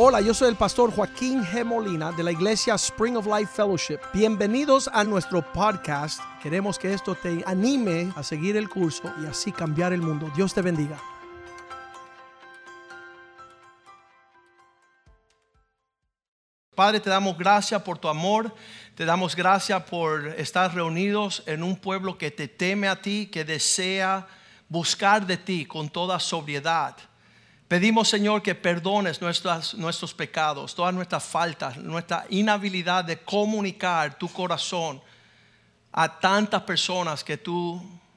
Hola, yo soy el pastor Joaquín G. Molina de la iglesia Spring of Life Fellowship. Bienvenidos a nuestro podcast. Queremos que esto te anime a seguir el curso y así cambiar el mundo. Dios te bendiga. Padre, te damos gracias por tu amor. Te damos gracias por estar reunidos en un pueblo que te teme a ti, que desea buscar de ti con toda sobriedad. Pedimos, Señor, que perdones nuestros pecados, todas nuestras faltas, nuestra inhabilidad de comunicar tu corazón a tantas personas que tú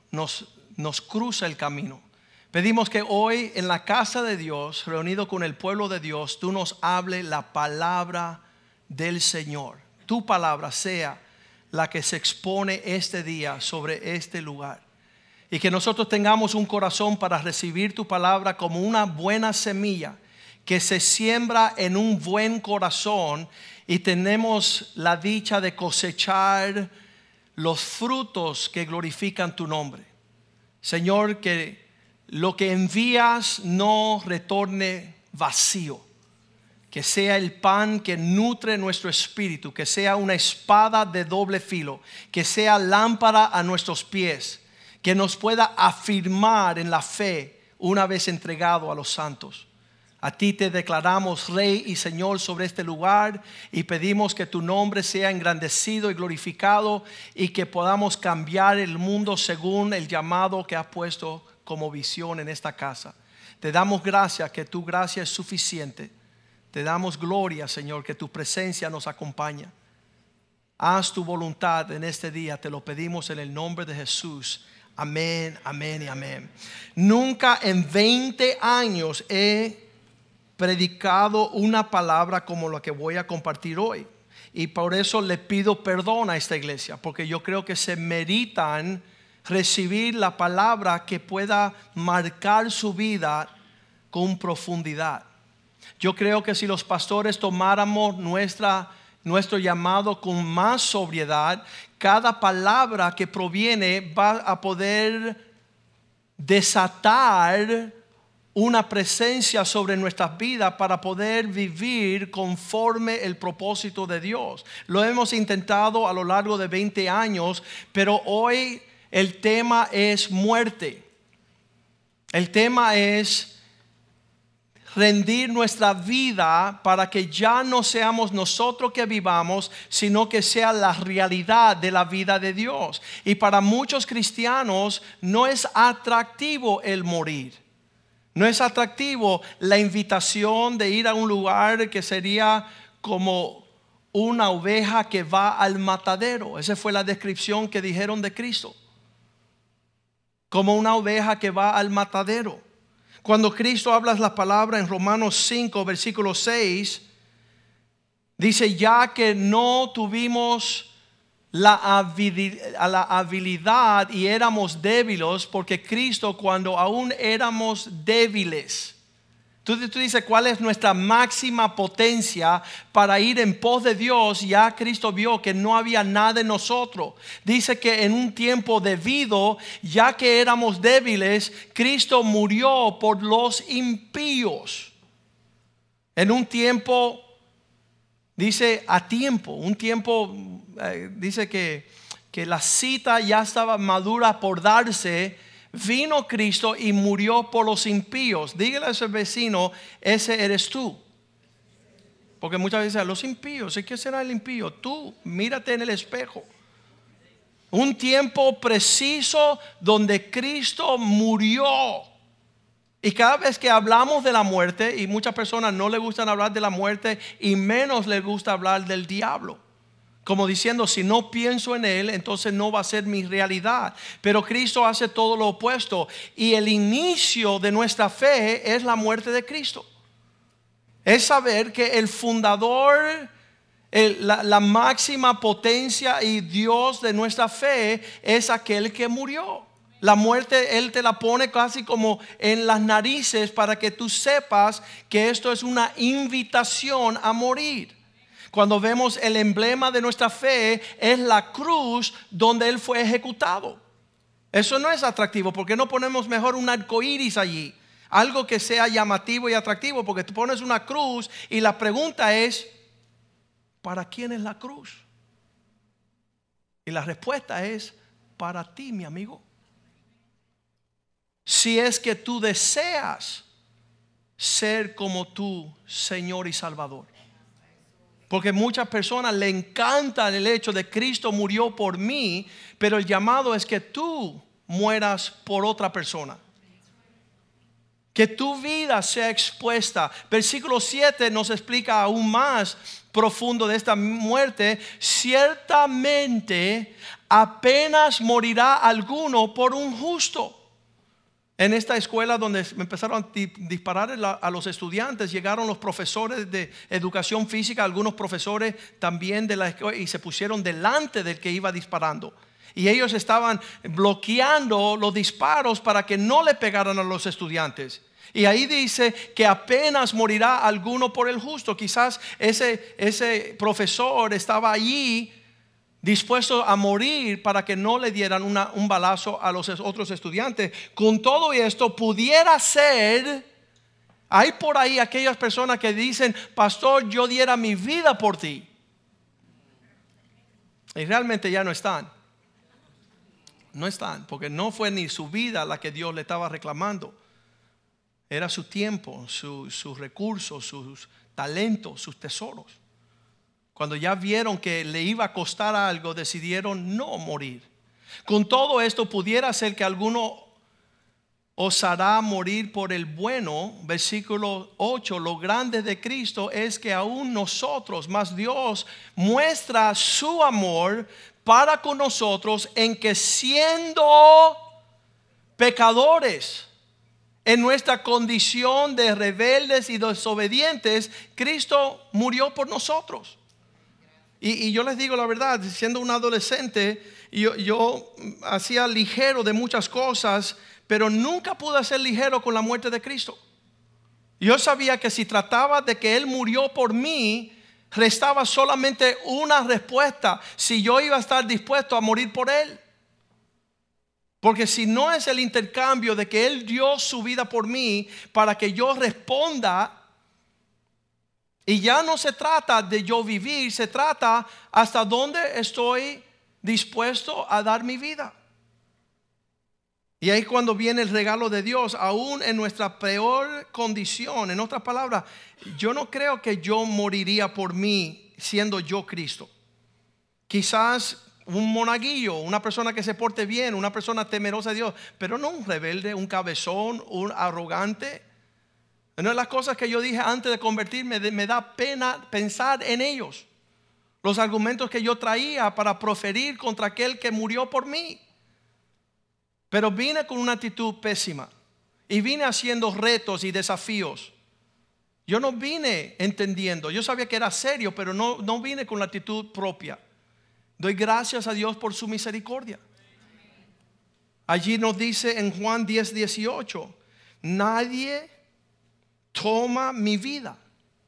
nos cruza el camino. Pedimos que hoy en la casa de Dios, reunido con el pueblo de Dios, tú nos hables la palabra del Señor. Tu palabra sea la que se expone este día sobre este lugar. Y que nosotros tengamos un corazón para recibir tu palabra como una buena semilla que se siembra en un buen corazón y tenemos la dicha de cosechar los frutos que glorifican tu nombre. Señor, que lo que envías no retorne vacío. Que sea el pan que nutre nuestro espíritu, que sea una espada de doble filo, que sea lámpara a nuestros pies, que nos pueda afirmar en la fe una vez entregado a los santos. A ti te declaramos Rey y Señor sobre este lugar y pedimos que tu nombre sea engrandecido y glorificado y que podamos cambiar el mundo según el llamado que has puesto como visión en esta casa. Te damos gracias que tu gracia es suficiente. Te damos gloria, Señor, que tu presencia nos acompaña. Haz tu voluntad en este día, te lo pedimos en el nombre de Jesús. Amén, amén y amén. Nunca en 20 años he predicado una palabra como la que voy a compartir hoy. Y por eso le pido perdón a esta iglesia, porque yo creo que se meritan recibir la palabra que pueda marcar su vida con profundidad. Yo creo que si los pastores tomáramos nuestro llamado con más sobriedad, cada palabra que proviene va a poder desatar una presencia sobre nuestras vidas para poder vivir conforme el propósito de Dios. Lo hemos intentado a lo largo de 20 años, pero hoy el tema es muerte. El tema es rendir nuestra vida para que ya no seamos nosotros que vivamos, sino que sea la realidad de la vida de Dios. Y para muchos cristianos no es atractivo el morir. No es atractivo la invitación de ir a un lugar que sería como una oveja que va al matadero. Esa fue la descripción que dijeron de Cristo. Como una oveja que va al matadero. Cuando Cristo habla la palabra en Romanos 5, versículo 6, dice: ya que no tuvimos la habilidad y éramos débiles, porque Cristo, cuando aún éramos débiles, tú dices, ¿cuál es nuestra máxima potencia para ir en pos de Dios? Ya Cristo vio que no había nada en nosotros. Dice que en un tiempo debido, ya que éramos débiles, Cristo murió por los impíos. En un tiempo, dice a tiempo, un tiempo, dice que la cita ya estaba madura por darse. Vino Cristo y murió por los impíos. Dígale a ese vecino, ese eres tú. Porque muchas veces dicen, los impíos, ¿qué será el impío? Tú, mírate en el espejo. Un tiempo preciso donde Cristo murió. Y cada vez que hablamos de la muerte, y muchas personas no les gustan hablar de la muerte, y menos les gusta hablar del diablo. Como diciendo, si no pienso en Él, entonces no va a ser mi realidad. Pero Cristo hace todo lo opuesto. Y el inicio de nuestra fe es la muerte de Cristo. Es saber que el fundador, la máxima potencia y Dios de nuestra fe es aquel que murió. La muerte Él te la pone casi como en las narices para que tú sepas que esto es una invitación a morir. Cuando vemos el emblema de nuestra fe es la cruz donde Él fue ejecutado. Eso no es atractivo. ¿Por qué no ponemos mejor un arco iris allí? Algo que sea llamativo y atractivo, porque tú pones una cruz y la pregunta es, ¿para quién es la cruz? Y la respuesta es, para ti, mi amigo. Si es que tú deseas ser como tu Señor y Salvador. Porque muchas personas le encanta el hecho de Cristo murió por mí, pero el llamado es que tú mueras por otra persona. Que tu vida sea expuesta. Versículo 7 nos explica aún más profundo de esta muerte. Ciertamente apenas morirá alguno por un justo. En esta escuela donde me empezaron a disparar a los estudiantes, llegaron los profesores de educación física, algunos profesores también de la escuela, y se pusieron delante del que iba disparando. Y ellos estaban bloqueando los disparos para que no le pegaran a los estudiantes. Y ahí dice que apenas morirá alguno por el justo. Quizás ese profesor estaba allí dispuesto a morir para que no le dieran un balazo a los otros estudiantes. Con todo esto pudiera ser, hay por ahí aquellas personas que dicen, pastor, yo diera mi vida por ti. Y realmente ya no están. No están, porque no fue ni su vida la que Dios le estaba reclamando. Era su tiempo, sus recursos, sus talentos, sus tesoros. Cuando ya vieron que le iba a costar algo, decidieron no morir. Con todo esto pudiera ser que alguno osará morir por el bueno. Versículo 8, lo grande de Cristo es que aún nosotros, más Dios, muestra su amor para con nosotros en que siendo pecadores, en nuestra condición de rebeldes y desobedientes, Cristo murió por nosotros. Y yo les digo la verdad, siendo un adolescente, yo hacía ligero de muchas cosas, pero nunca pude hacer ligero con la muerte de Cristo. Yo sabía que si trataba de que Él murió por mí, restaba solamente una respuesta: si yo iba a estar dispuesto a morir por Él. Porque si no es el intercambio de que Él dio su vida por mí para que yo responda, y ya no se trata de yo vivir, se trata hasta dónde estoy dispuesto a dar mi vida. Y ahí cuando viene el regalo de Dios, aún en nuestra peor condición. En otras palabras, yo no creo que yo moriría por mí siendo yo Cristo. Quizás un monaguillo, una persona que se porte bien, una persona temerosa de Dios, pero no un rebelde, un cabezón, un arrogante. Una de las cosas que yo dije antes de convertirme, me da pena pensar en ellos. Los argumentos que yo traía para proferir contra aquel que murió por mí. Pero vine con una actitud pésima. Y vine haciendo retos y desafíos. Yo no vine entendiendo. Yo sabía que era serio, pero no vine con la actitud propia. Doy gracias a Dios por su misericordia. Allí nos dice en Juan 10:18, nadie toma mi vida,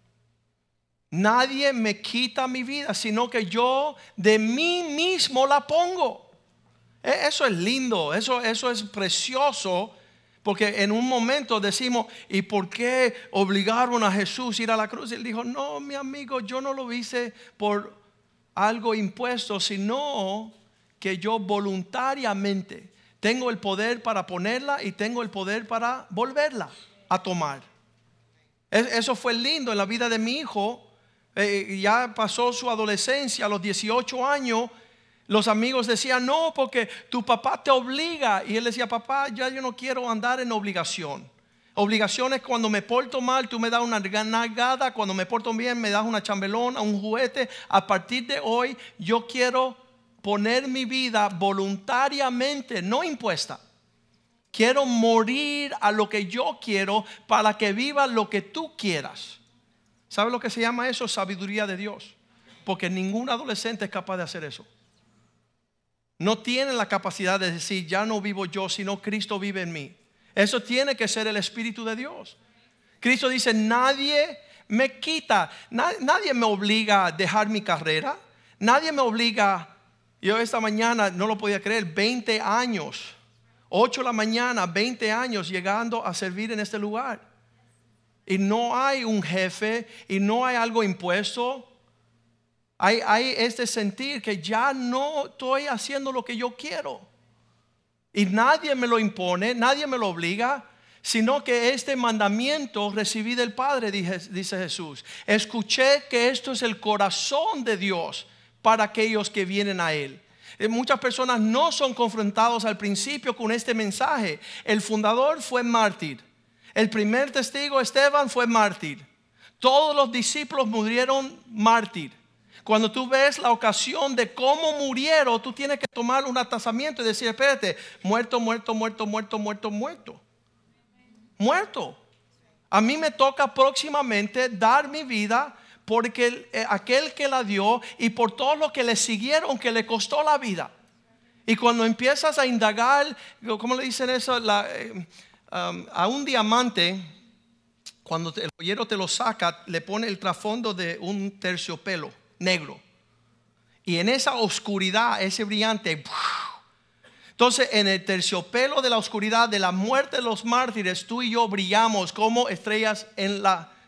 nadie me quita mi vida, sino que yo de mí mismo la pongo. Eso es lindo, eso es precioso, porque en un momento decimos, ¿y por qué obligaron a Jesús a ir a la cruz? Y él dijo, no, mi amigo, yo no lo hice por algo impuesto, sino que yo voluntariamente tengo el poder para ponerla y tengo el poder para volverla a tomar. Eso fue lindo en la vida de mi hijo. Ya pasó su adolescencia, a los 18 años. Los amigos decían, no, porque tu papá te obliga. Y él decía, papá, ya yo no quiero andar en obligación. Obligación es cuando me porto mal, tú me das una nalgada. Cuando me porto bien, me das una chambelona, un juguete. A partir de hoy, yo quiero poner mi vida voluntariamente, no impuesta. Quiero morir a lo que yo quiero para que viva lo que tú quieras. ¿Sabe lo que se llama eso? Sabiduría de Dios. Porque ningún adolescente es capaz de hacer eso. No tiene la capacidad de decir, ya no vivo yo, sino Cristo vive en mí. Eso tiene que ser el Espíritu de Dios. Cristo dice, nadie me quita, nadie me obliga a dejar mi carrera. Nadie me obliga. Yo esta mañana no lo podía creer, 20 años. 8 de la mañana, 20 años llegando a servir en este lugar. Y no hay un jefe y no hay algo impuesto. Hay este sentir que ya no estoy haciendo lo que yo quiero. Y nadie me lo impone, nadie me lo obliga, sino que este mandamiento recibí del Padre, dice Jesús. Escuché que esto es el corazón de Dios para aquellos que vienen a Él. Muchas personas no son confrontados al principio con este mensaje. El fundador fue mártir. El primer testigo, Esteban, fue mártir. Todos los discípulos murieron mártir. Cuando tú ves la ocasión de cómo murieron, tú tienes que tomar un atazamiento y decir, espérate, muerto. Muerto. A mí me toca próximamente dar mi vida porque aquel que la dio y por todos los que le siguieron, que le costó la vida. Y cuando empiezas a indagar, ¿cómo le dicen eso? A un diamante, cuando el joyero te lo saca, le pone el trasfondo de un terciopelo negro. Y en esa oscuridad, ese brillante, entonces en el terciopelo de la oscuridad de la muerte de los mártires, tú y yo brillamos como estrellas en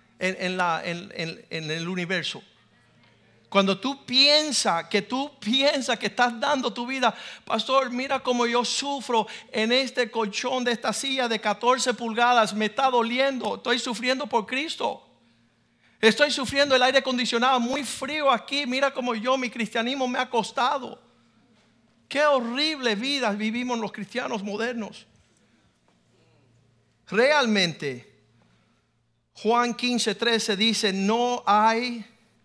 el universo. Cuando tú piensas que estás dando tu vida, pastor, mira cómo yo sufro en este colchón de esta silla de 14 pulgadas, me está doliendo, estoy sufriendo por Cristo. Estoy sufriendo el aire acondicionado muy frío aquí, mira cómo mi cristianismo me ha costado. Qué horrible vida vivimos los cristianos modernos. Realmente, Juan 15:13 dice, no hay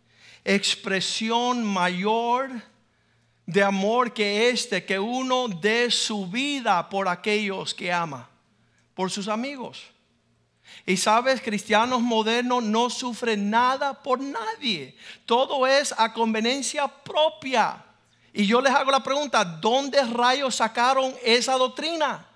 expresión mayor de amor que uno dé su vida por aquellos que ama, por sus amigos. Y sabes, cristianos modernos no sufren nada por nadie. Todo es a conveniencia propia. Y yo les hago la pregunta, ¿dónde rayos sacaron esa doctrina?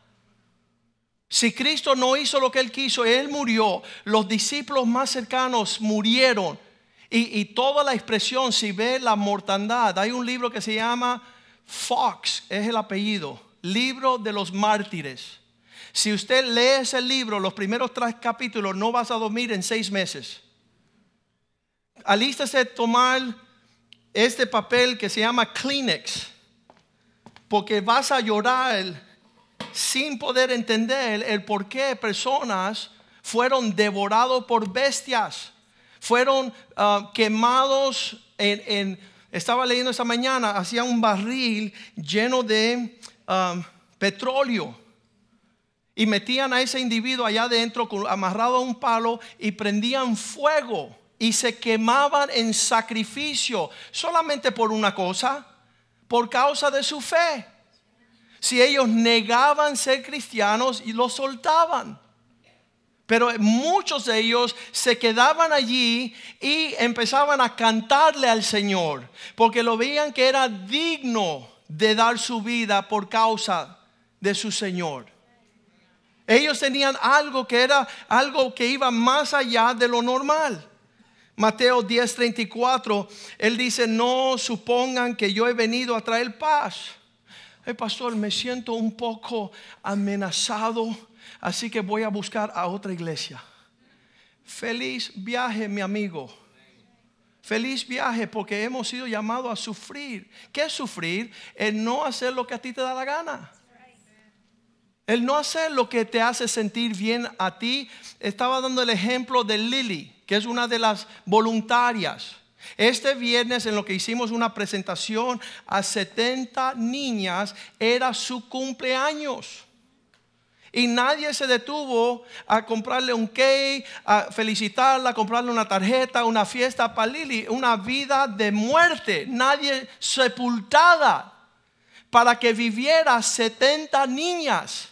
Si Cristo no hizo lo que Él quiso, Él murió, los discípulos más cercanos murieron. Y toda la expresión, si ve la mortandad, hay un libro que se llama Fox, es el apellido, Libro de los Mártires. Si usted lee ese libro, los primeros 3 capítulos, no vas a dormir en 6 meses. Alístese a tomar este papel que se llama Kleenex, porque vas a llorar sin poder entender el por qué personas fueron devorados por bestias. Fueron quemados estaba leyendo esta mañana, hacía un barril lleno de petróleo y metían a ese individuo allá adentro amarrado a un palo y prendían fuego y se quemaban en sacrificio solamente por una cosa, por causa de su fe. Si ellos negaban ser cristianos y los soltaban. Pero muchos de ellos se quedaban allí y empezaban a cantarle al Señor, porque lo veían que era digno de dar su vida por causa de su Señor. Ellos tenían algo que era algo que iba más allá de lo normal. Mateo 10:34, Él dice, no supongan que yo he venido a traer paz. Pastor, me siento un poco amenazado, así que voy a buscar a otra iglesia. Feliz viaje, mi amigo. Feliz viaje, porque hemos sido llamados a sufrir. ¿Qué es sufrir? El no hacer lo que a ti te da la gana. El no hacer lo que te hace sentir bien a ti. Estaba dando el ejemplo de Lily, que es una de las voluntarias. Este viernes, en lo que hicimos una presentación a 70 niñas, era su cumpleaños. Y nadie se detuvo a comprarle un cake, a felicitarla, a comprarle una tarjeta, una fiesta para Lily. Una vida de muerte, nadie sepultada para que viviera 70 niñas.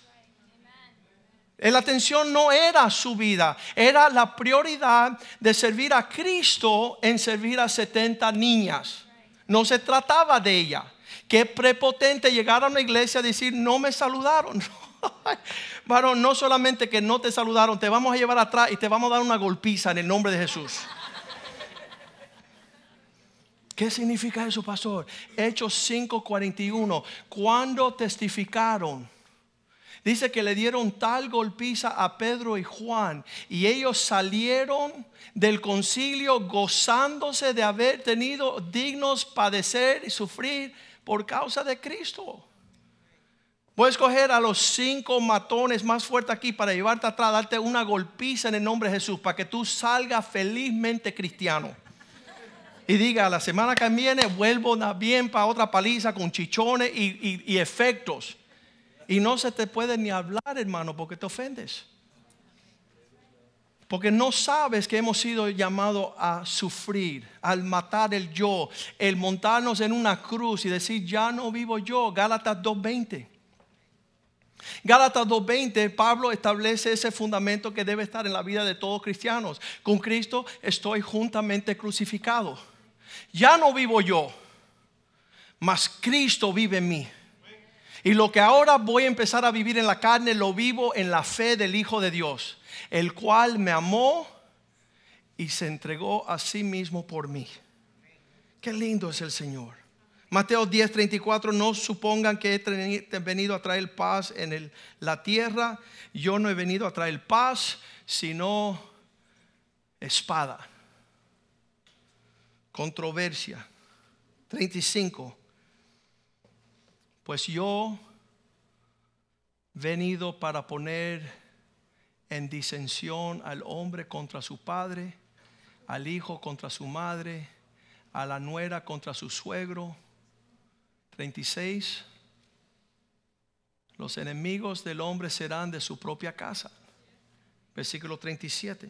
La atención no era su vida, era la prioridad de servir a Cristo en servir a 70 niñas. No se trataba de ella. Qué prepotente llegar a una iglesia a decir no me saludaron. Varón, no solamente que no te saludaron, te vamos a llevar atrás y te vamos a dar una golpiza en el nombre de Jesús. ¿Qué significa eso, pastor? Hechos 5:41. Cuando testificaron Dice que le dieron tal golpiza a Pedro y Juan, y ellos salieron del concilio gozándose de haber tenido dignos padecer y sufrir por causa de Cristo. Voy a escoger a los 5 matones más fuertes aquí para llevarte atrás, darte una golpiza en el nombre de Jesús, para que tú salgas felizmente cristiano. Y diga, la semana que viene vuelvo bien para otra paliza con chichones y efectos. Y no se te puede ni hablar, hermano, porque te ofendes. Porque no sabes que hemos sido llamados a sufrir, al matar el yo, el montarnos en una cruz y decir, ya no vivo yo. Gálatas 2:20. Gálatas 2:20, Pablo establece ese fundamento que debe estar en la vida de todos cristianos. Con Cristo estoy juntamente crucificado. Ya no vivo yo, mas Cristo vive en mí. Y lo que ahora voy a empezar a vivir en la carne, lo vivo en la fe del Hijo de Dios, el cual me amó y se entregó a sí mismo por mí. Qué lindo es el Señor. Mateo 10:34, no supongan que he venido a traer paz en la tierra. Yo no he venido a traer paz, sino espada. Controversia. 35. Pues yo he venido para poner en disensión al hombre contra su padre, al hijo contra su madre, a la nuera contra su suegro. 36. Los enemigos del hombre serán de su propia casa. Versículo 37.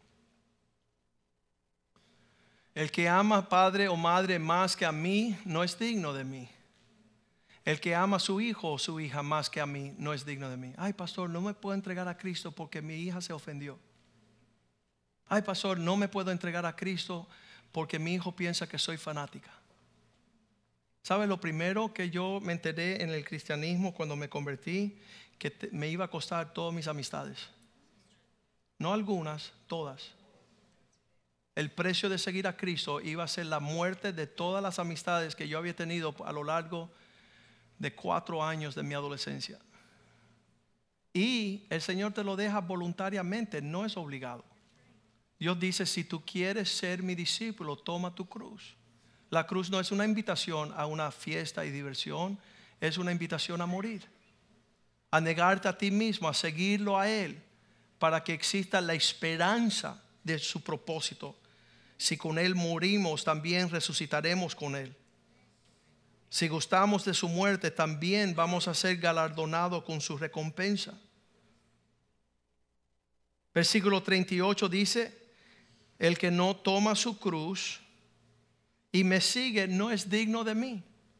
El que ama a padre o madre más que a mí no es digno de mí. El que ama a su hijo o su hija más que a mí no es digno de mí. Ay, pastor, no me puedo entregar a Cristo porque mi hija se ofendió. Ay, pastor, no me puedo entregar a Cristo porque mi hijo piensa que soy fanática. ¿Sabe lo primero que yo me enteré en el cristianismo cuando me convertí? Que me iba a costar todas mis amistades. No algunas, todas. El precio de seguir a Cristo iba a ser la muerte de todas las amistades que yo había tenido a lo largo de 4 años de mi adolescencia. Y el Señor te lo deja voluntariamente, no es obligado. Dios dice, si tú quieres ser mi discípulo, toma tu cruz. La cruz no es una invitación a una fiesta y diversión, es una invitación a morir, a negarte a ti mismo, a seguirlo a Él, para que exista la esperanza de su propósito. Si con Él morimos, también resucitaremos con Él. Si gustamos de su muerte, también vamos a ser galardonados con su recompensa. Versículo 38 dice, el que no toma su cruz y me sigue no es digno de mí.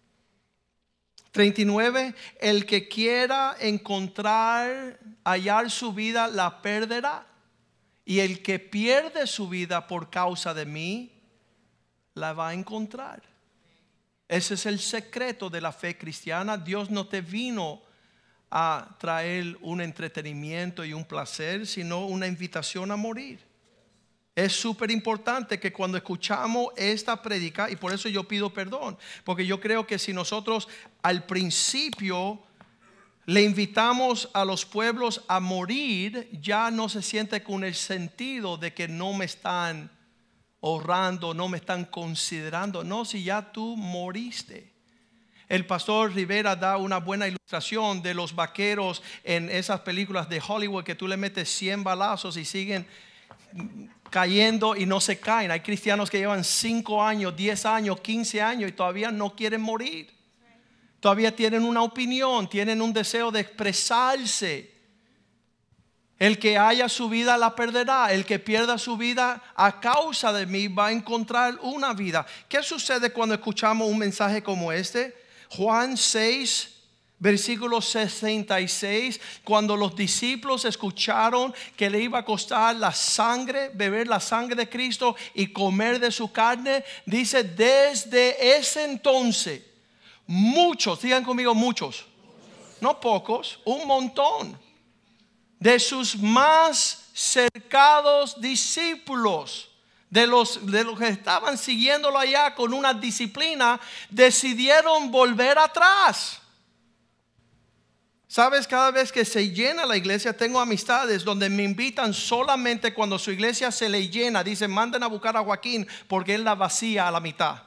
39, el que quiera hallar su vida la perderá. Y el que pierde su vida por causa de mí, la va a encontrar. Ese es el secreto de la fe cristiana. Dios no te vino a traer un entretenimiento y un placer, sino una invitación a morir. Es súper importante que cuando escuchamos esta prédica, y por eso yo pido perdón, porque yo creo que si nosotros al principio le invitamos a los pueblos a morir, ya no se siente con el sentido de que no me están honrando, no me están considerando. No, si ya tú moriste. El pastor Rivera da una buena ilustración de los vaqueros en esas películas de Hollywood que tú le metes 100 balazos y siguen cayendo y no se caen. Hay cristianos que llevan 5 años, 10 años, 15 años y todavía no quieren morir. Todavía tienen una opinión, tienen un deseo de expresarse. El que haya su vida la perderá. El que pierda su vida a causa de mí va a encontrar una vida. ¿Qué sucede cuando escuchamos un mensaje como este? Juan 6, versículo 66. Cuando los discípulos escucharon que le iba a costar la sangre, beber la sangre de Cristo y comer de su carne, dice, desde ese entonces muchos, digan conmigo muchos, no pocos, un montón de sus más cercanos discípulos, de los que estaban siguiéndolo allá con una disciplina, decidieron volver atrás. Sabes, cada vez que se llena la iglesia, tengo amistades donde me invitan solamente cuando su iglesia se le llena. Dicen, manden a buscar a Joaquín porque él la vacía a la mitad.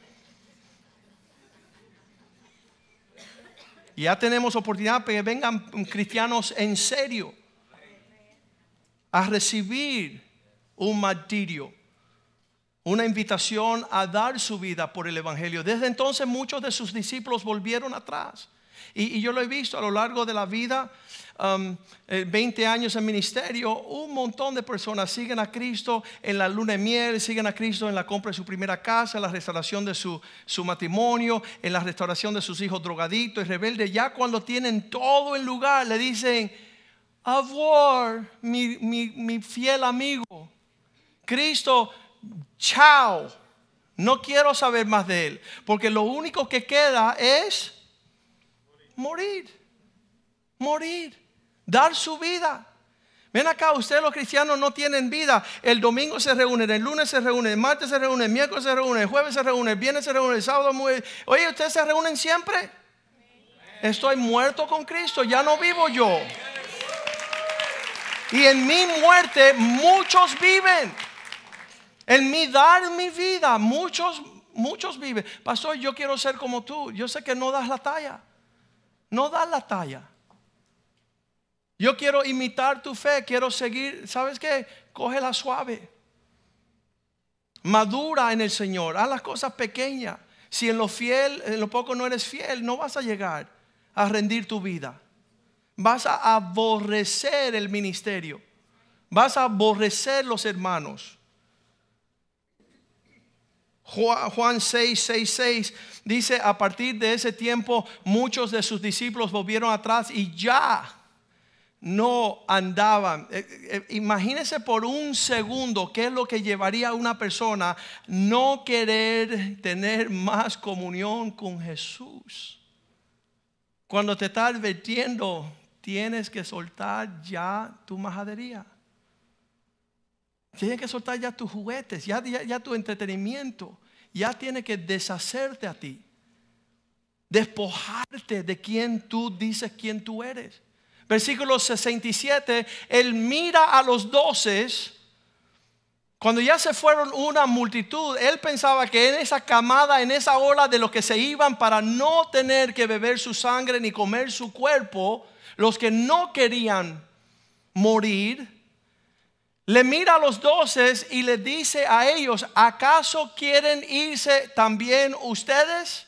Y ya tenemos oportunidad para que vengan cristianos en serio a recibir un martirio, una invitación a dar su vida por el evangelio. Desde entonces muchos de sus discípulos volvieron atrás. Y yo lo he visto a lo largo de la vida, 20 años en ministerio, un montón de personas siguen a Cristo en la luna de miel, siguen a Cristo en la compra de su primera casa, en la restauración de su matrimonio, en la restauración de sus hijos drogaditos y rebeldes. Ya cuando tienen todo en lugar, le dicen, Avor, mi fiel amigo, Cristo, chao, no quiero saber más de él, porque lo único que queda es morir, dar su vida. Ven acá, ustedes los cristianos no tienen vida. El domingo se reúnen, el lunes se reúnen, el martes se reúnen, el miércoles se reúnen, el jueves se reúnen, el viernes se reúnen, el sábado oye, ustedes se reúnen siempre. Estoy muerto con Cristo, ya no vivo yo. Y en mi muerte muchos viven. En mi dar mi vida muchos viven. Pastor, yo quiero ser como tú. Yo sé que no das la talla. No das la talla. Yo quiero imitar tu fe. Quiero seguir. ¿Sabes qué? Cógela suave. Madura en el Señor. Haz las cosas pequeñas. Si en lo poco no eres fiel, no vas a llegar a rendir tu vida. Vas a aborrecer el ministerio. Vas a aborrecer los hermanos. Juan 6:6 dice, a partir de ese tiempo muchos de sus discípulos volvieron atrás y ya no andaban. Imagínense por un segundo qué es lo que llevaría a una persona no querer tener más comunión con Jesús. Cuando te está advirtiendo, tienes que soltar ya tu majadería. Tienes que soltar ya tus juguetes, ya tu entretenimiento. Ya tienes que deshacerte a ti. Despojarte de quien tú dices quién tú eres. Versículo 67. Él mira a los 12. Cuando ya se fueron una multitud, él pensaba que en esa camada, en esa ola de los que se iban para no tener que beber su sangre ni comer su cuerpo, los que no querían morir, le mira a los 12 y le dice a ellos, ¿acaso quieren irse también ustedes?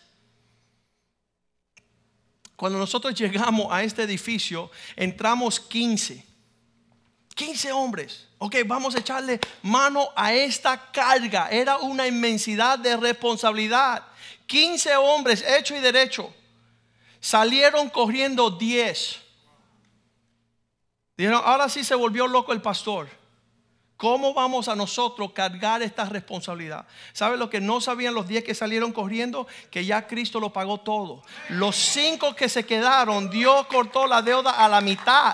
Cuando nosotros llegamos a este edificio, entramos 15 hombres. Ok, vamos a echarle mano a esta carga. Era una inmensidad de responsabilidad. 15 hombres, hecho y derecho. Salieron corriendo 10. Dijeron, ahora sí se volvió loco el pastor. ¿Cómo vamos a nosotros cargar esta responsabilidad? ¿Sabe lo que no sabían los 10 que salieron corriendo? Que ya Cristo lo pagó todo. Los 5 que se quedaron, Dios cortó la deuda a la mitad.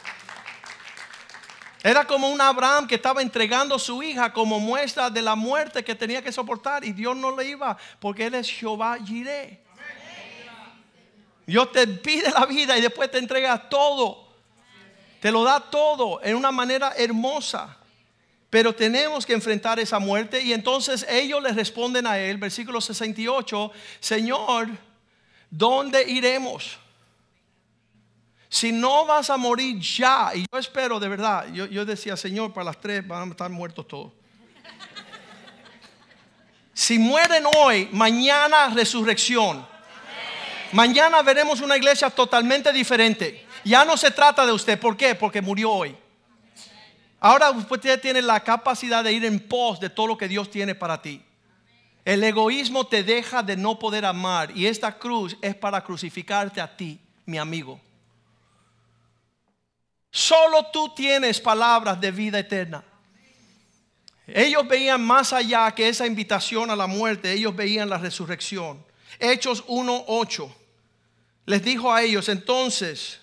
Era como un Abraham que estaba entregando a su hija como muestra de la muerte que tenía que soportar. Y Dios no le iba, porque Él es Jehová Jireh. Dios te pide la vida y después te entrega todo. Te lo da todo en una manera hermosa. Pero tenemos que enfrentar esa muerte. Y entonces ellos le responden a él, versículo 68, Señor, ¿dónde iremos? Si no vas a morir ya. Y yo espero de verdad, yo decía, Señor, para las 3 van a estar muertos todos. Si mueren hoy, mañana resurrección. Mañana veremos una iglesia totalmente diferente. Ya no se trata de usted. ¿Por qué? Porque murió hoy. Ahora usted tiene la capacidad de ir en pos de todo lo que Dios tiene para ti. El egoísmo te deja de no poder amar. Y esta cruz es para crucificarte a ti, mi amigo. Solo tú tienes palabras de vida eterna. Ellos veían más allá que esa invitación a la muerte. Ellos veían la resurrección. Hechos 1:8. Les dijo a ellos, entonces,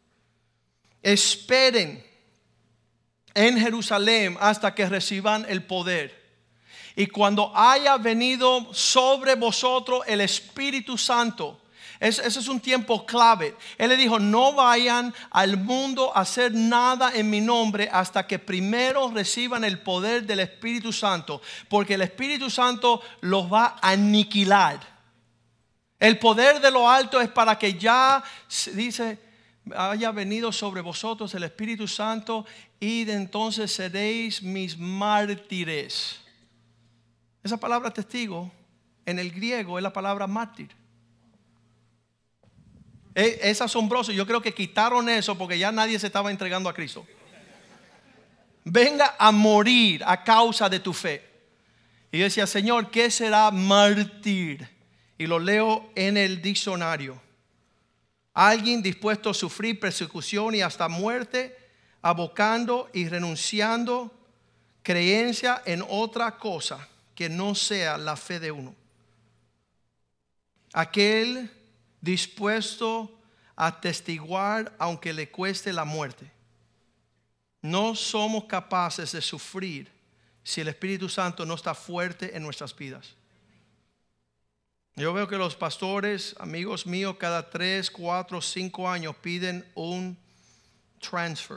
esperen en Jerusalén hasta que reciban el poder. Y cuando haya venido sobre vosotros el Espíritu Santo, Ese es un tiempo clave. Él le dijo, no vayan al mundo a hacer nada en mi nombre hasta que primero reciban el poder del Espíritu Santo, porque el Espíritu Santo los va a aniquilar. El poder de lo alto es para que ya, dice, haya venido sobre vosotros el Espíritu Santo y de entonces seréis mis mártires. Esa palabra testigo en el griego es la palabra mártir. Es asombroso. Yo creo que quitaron eso porque ya nadie se estaba entregando a Cristo. Venga a morir a causa de tu fe. Y yo decía, Señor, ¿qué será mártir? Y lo leo en el diccionario. Alguien dispuesto a sufrir persecución y hasta muerte, abocando y renunciando creencia en otra cosa que no sea la fe de uno. Aquel dispuesto a testiguar aunque le cueste la muerte. No somos capaces de sufrir si el Espíritu Santo no está fuerte en nuestras vidas. Yo veo que los pastores, amigos míos, cada 3, 4, 5 años piden un transfer.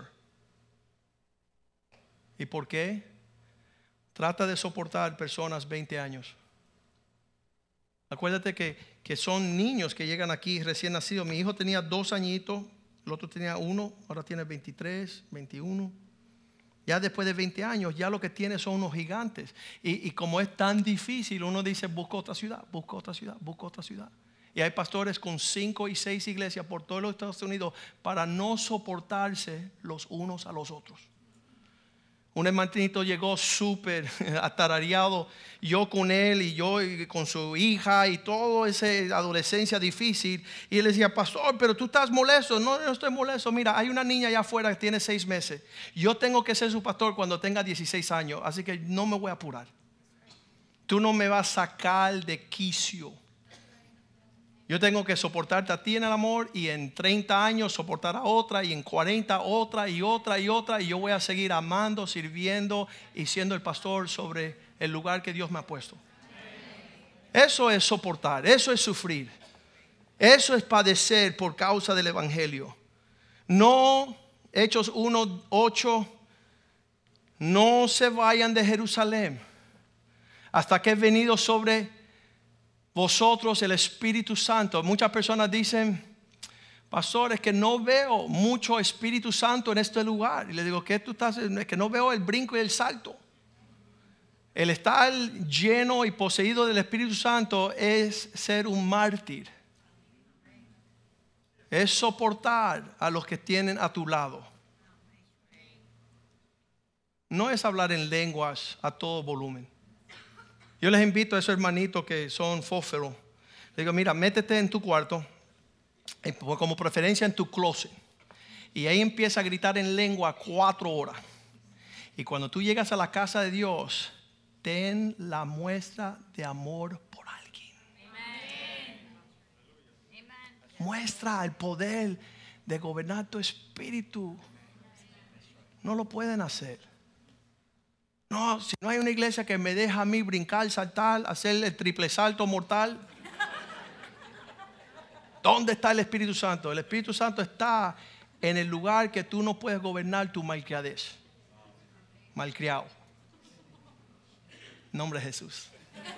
¿Y por qué? Trata de soportar personas 20 años. Acuérdate que son niños que llegan aquí recién nacidos. Mi hijo tenía 2 añitos, el otro tenía 1, ahora tiene 23, 21. Ya después de 20 años, ya lo que tiene son unos gigantes. Y como es tan difícil, uno dice, busca otra ciudad, busca otra ciudad, busca otra ciudad. Y hay pastores con 5 y 6 iglesias por todos los Estados Unidos para no soportarse los unos a los otros. Un hermanito llegó súper atarareado, yo con él y yo con su hija y toda esa adolescencia difícil. Y él decía, pastor, pero tú estás molesto. No, no estoy molesto. Mira, hay una niña allá afuera que tiene 6 meses. Yo tengo que ser su pastor cuando tenga 16 años, así que no me voy a apurar. Tú no me vas a sacar de quicio. Yo tengo que soportarte a ti en el amor y en 30 años soportar a otra y en 40 otra y otra y otra, y yo voy a seguir amando, sirviendo y siendo el pastor sobre el lugar que Dios me ha puesto. Eso es soportar, eso es sufrir, eso es padecer por causa del evangelio. No, Hechos 1:8, no se vayan de Jerusalén hasta que he venido sobre vosotros el Espíritu Santo. Muchas personas dicen, pastor, es que no veo mucho Espíritu Santo en este lugar. Y le digo, ¿qué tú estás haciendo? Es que no veo el brinco y el salto. El estar lleno y poseído del Espíritu Santo es ser un mártir. Es soportar a los que tienen a tu lado. No es hablar en lenguas a todo volumen. Yo les invito a esos hermanitos que son fósforos. Les digo, mira, métete en tu cuarto, como preferencia en tu closet. Y ahí empieza a gritar en lengua 4 horas. Y cuando tú llegas a la casa de Dios, ten la muestra de amor por alguien. Amen. Muestra el poder de gobernar tu espíritu. No lo pueden hacer. No, si no hay una iglesia que me deja a mí brincar, saltar, hacer el triple salto mortal. ¿Dónde está el Espíritu Santo? El Espíritu Santo está en el lugar que tú no puedes gobernar tu malcriadez. Malcriado. Nombre de Jesús.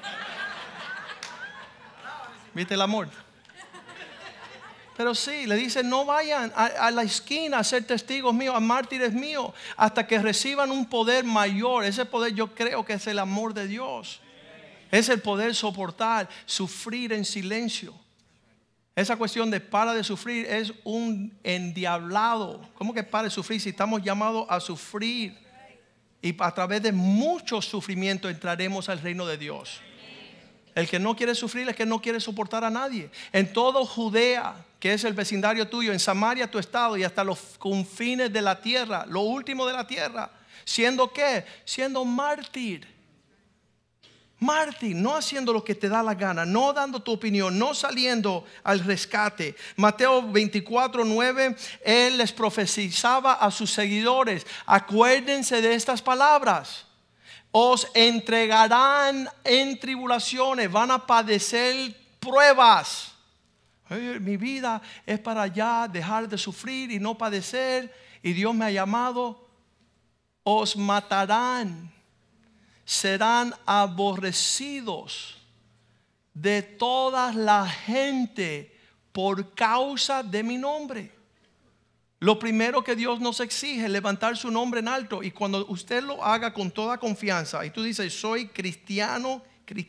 ¿Viste el amor? Pero sí, le dice, no vayan a la esquina a ser testigos míos, a mártires míos, hasta que reciban un poder mayor. Ese poder yo creo que es el amor de Dios. Es el poder soportar, sufrir en silencio. Esa cuestión de para de sufrir es un endiablado. ¿Cómo que para de sufrir si estamos llamados a sufrir? Y a través de mucho sufrimiento entraremos al reino de Dios. El que no quiere sufrir es que no quiere soportar a nadie. En todo Judea, que es el vecindario tuyo, en Samaria tu estado y hasta los confines de la tierra, lo último de la tierra. ¿Siendo qué? Siendo mártir. Mártir, no haciendo lo que te da la gana, no dando tu opinión, no saliendo al rescate. Mateo 24:9, él les profetizaba a sus seguidores, acuérdense de estas palabras. Os entregarán en tribulaciones, van a padecer pruebas. Mi vida es para ya dejar de sufrir y no padecer. Y Dios me ha llamado. Os matarán. Serán aborrecidos de toda la gente por causa de mi nombre. Lo primero que Dios nos exige es levantar su nombre en alto. Y cuando usted lo haga con toda confianza y tú dices, soy cristiano,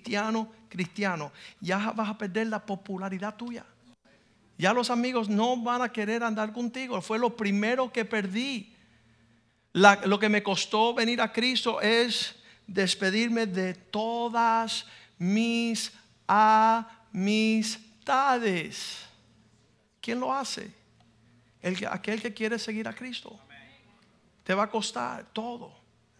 ya vas a perder la popularidad tuya. Ya los amigos no van a querer andar contigo. Fue lo primero que perdí. Lo que me costó venir a Cristo es despedirme de todas mis amistades. ¿Quién lo hace? Aquel que quiere seguir a Cristo. Te va a costar todo.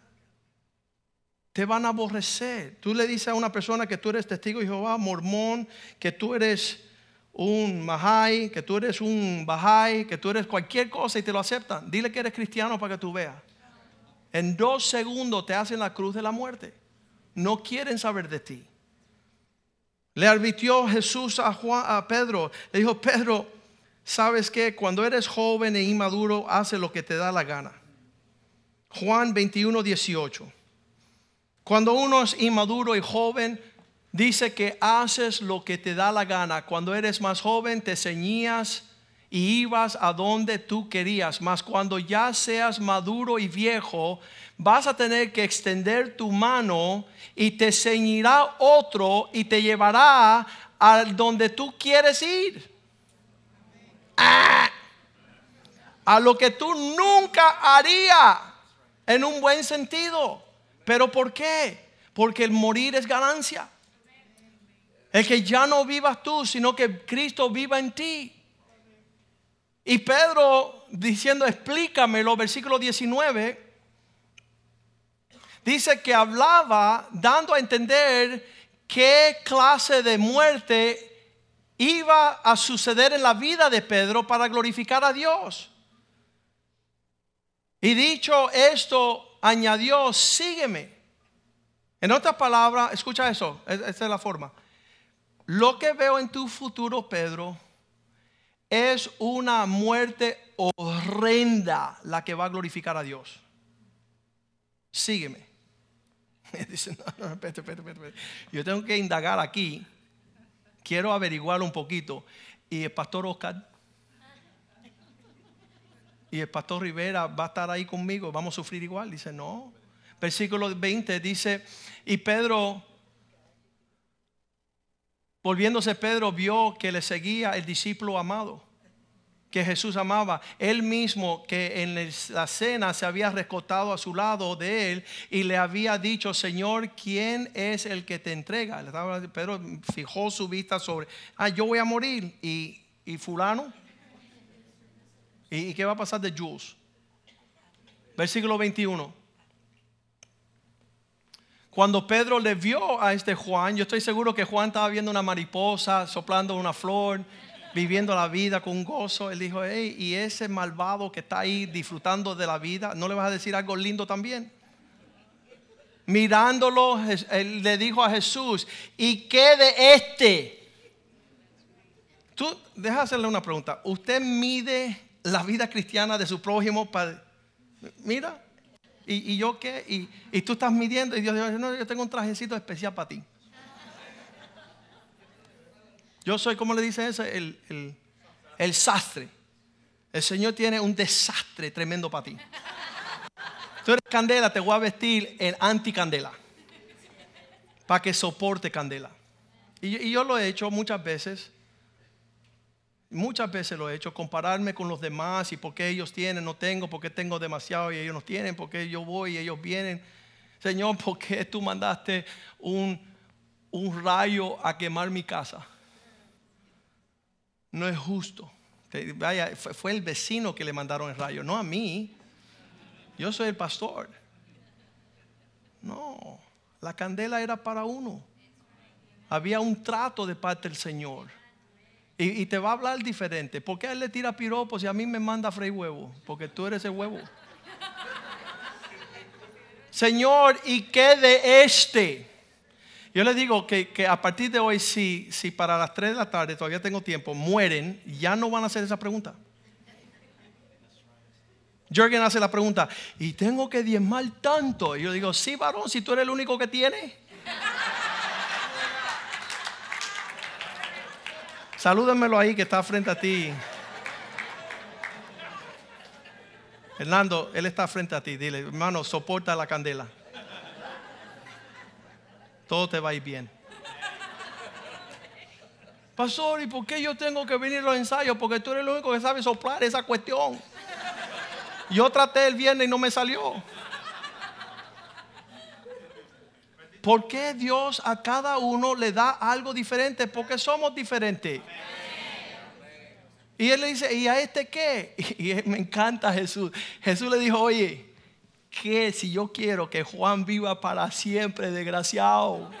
Te van a aborrecer. Tú le dices a una persona que tú eres testigo de Jehová, mormón, que tú eres un Mahai, que tú eres un Bahá'í, que tú eres cualquier cosa y te lo aceptan. Dile que eres cristiano para que tú veas. En 2 segundos te hacen la cruz de la muerte. No quieren saber de ti. Le advirtió Jesús a Pedro. Le dijo, Pedro, ¿sabes qué? Cuando eres joven e inmaduro, hace lo que te da la gana. Juan 21:18. Cuando uno es inmaduro y joven, dice que haces lo que te da la gana. Cuando eres más joven, te ceñías y ibas a donde tú querías. Mas cuando ya seas maduro y viejo, vas a tener que extender tu mano y te ceñirá otro y te llevará a donde tú quieres ir. A lo que tú nunca harías, en un buen sentido. ¿Pero por qué? Porque el morir es ganancia. El que ya no vivas tú, sino que Cristo viva en ti. Y Pedro diciendo, explícamelo, versículo 19, dice que hablaba dando a entender qué clase de muerte iba a suceder en la vida de Pedro para glorificar a Dios. Y dicho esto, añadió, sígueme. En otras palabras, escucha eso, esta es la forma. Lo que veo en tu futuro, Pedro, es una muerte horrenda la que va a glorificar a Dios. Sígueme. Dice, no, espérate. Yo tengo que indagar aquí. Quiero averiguar un poquito. Y el pastor Oscar y el pastor Rivera va a estar ahí conmigo. Vamos a sufrir igual. Dice, no. Versículo 20 dice, y Pedro, volviéndose Pedro, vio que le seguía el discípulo amado, que Jesús amaba. Él mismo que en la cena se había recostado a su lado de él y le había dicho, Señor, ¿quién es el que te entrega? Pedro fijó su vista sobre, yo voy a morir. ¿Y fulano? ¿Y qué va a pasar de Jules? Versículo 21. Cuando Pedro le vio a este Juan, yo estoy seguro que Juan estaba viendo una mariposa, soplando una flor, viviendo la vida con gozo. Él dijo, hey, y ese malvado que está ahí disfrutando de la vida, ¿no le vas a decir algo lindo también? Mirándolo, él le dijo a Jesús, ¿y qué de este? Tú, deja hacerle una pregunta. ¿Usted mide la vida cristiana de su prójimo para, mira, y yo qué? Y tú estás midiendo, y Dios dice, no, yo tengo un trajecito especial para ti. Yo soy, ¿cómo le dice ese? El sastre. El Señor tiene un desastre tremendo para ti. Tú eres candela, te voy a vestir en anticandela para que soporte candela. Y yo lo he hecho muchas veces. Muchas veces lo he hecho, compararme con los demás y por qué ellos tienen, no tengo, por qué tengo demasiado y ellos no tienen, por qué yo voy y ellos vienen. Señor, ¿por qué tú mandaste un rayo a quemar mi casa? No es justo. Vaya, fue el vecino que le mandaron el rayo, no a mí. Yo soy el pastor. No, la candela era para uno. Había un trato de parte del Señor. Y te va a hablar diferente. ¿Por qué a él le tira piropos y a mí me manda a freír huevo? Porque tú eres el huevo. Señor, ¿y qué de este Yo les digo que a partir de hoy, si para las 3 de la tarde todavía tengo tiempo, mueren, ya no van a hacer esa pregunta. Jürgen hace la pregunta, ¿y tengo que diezmar tanto? Y yo digo, sí, varón, si tú eres el único que tiene. Salúdenmelo ahí que está frente a ti. Hernando, él está frente a ti. Dile, hermano, soporta la candela. Todo te va a ir bien. Pastor, ¿y por qué yo tengo que venir a los ensayos? Porque tú eres el único que sabe soplar esa cuestión. Yo traté el viernes y no me salió. ¿Por qué Dios a cada uno le da algo diferente? Porque somos diferentes. Y él le dice, ¿y a este qué? Y me encanta Jesús. Jesús le dijo, oye, ¿qué si yo quiero que Juan viva para siempre, desgraciado?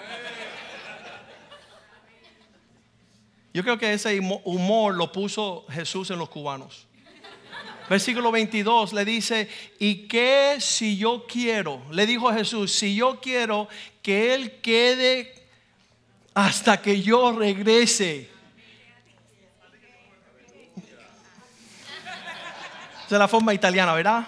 Yo creo que ese humor lo puso Jesús en los cubanos. Versículo 22 le dice, ¿y qué si yo quiero? Le dijo Jesús, si yo quiero que Él quede hasta que yo regrese. Esa es la forma italiana, ¿verdad?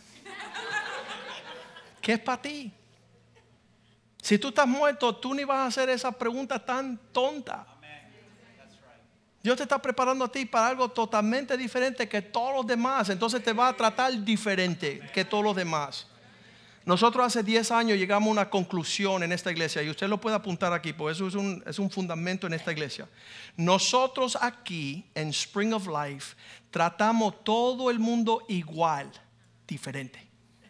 ¿Qué es para ti? Si tú estás muerto, tú ni vas a hacer esa pregunta tan tonta. Dios te está preparando a ti para algo totalmente diferente que todos los demás. Entonces te va a tratar diferente que todos los demás. Nosotros hace 10 años llegamos a una conclusión en esta iglesia. Y usted lo puede apuntar aquí, porque eso es un fundamento en esta iglesia. Nosotros aquí en Spring of Life tratamos todo el mundo igual, diferente.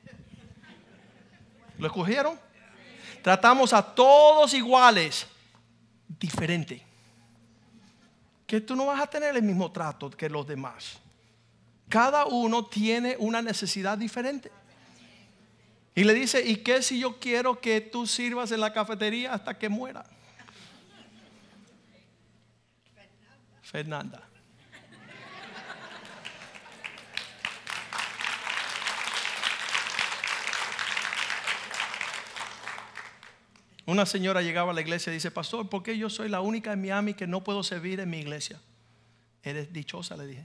¿Lo escogieron? Tratamos a todos iguales, diferente. Que tú no vas a tener el mismo trato que los demás. Cada uno tiene una necesidad diferente. Y le dice, ¿y qué si yo quiero que tú sirvas en la cafetería hasta que muera? Fernanda. Una señora llegaba a la iglesia y dice, pastor, ¿por qué yo soy la única en Miami que no puedo servir en mi iglesia? Eres dichosa, le dije.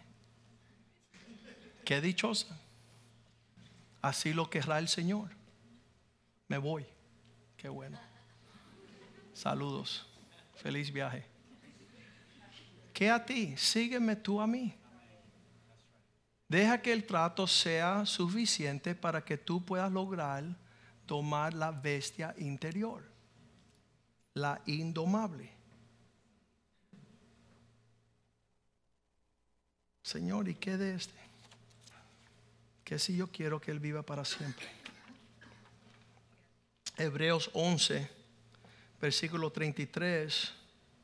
¿Qué dichosa? Así lo querrá el Señor. Me voy. Qué bueno. Saludos. Feliz viaje. ¿Qué a ti? Sígueme tú a mí. Deja que el trato sea suficiente para que tú puedas lograr tomar la bestia interior. La indomable. Señor, ¿y qué de este? ¿Qué si yo quiero que Él viva para siempre? Hebreos 11, versículo 33.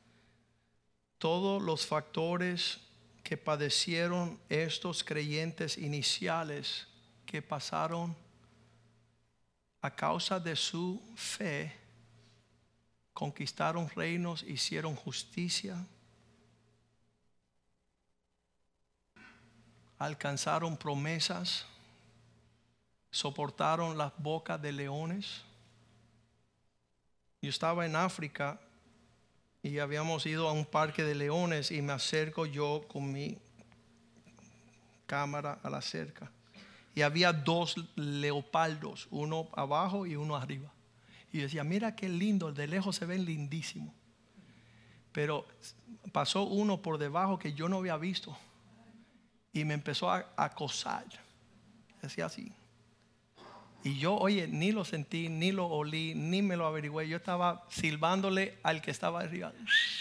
Todos los factores que padecieron estos creyentes iniciales que pasaron a causa de su fe, conquistaron reinos, hicieron justicia, alcanzaron promesas, soportaron las bocas de leones. Yo estaba en África y habíamos ido a un parque de leones y me acerco yo con mi cámara a la cerca y había 2 leopardos, uno abajo y uno arriba. Y yo decía, mira qué lindo, de lejos se ven lindísimos. Pero pasó uno por debajo que yo no había visto y me empezó a acosar. Decía así. Y yo, oye, ni lo sentí, ni lo olí, ni me lo averigüé. Yo estaba silbándole al que estaba arriba.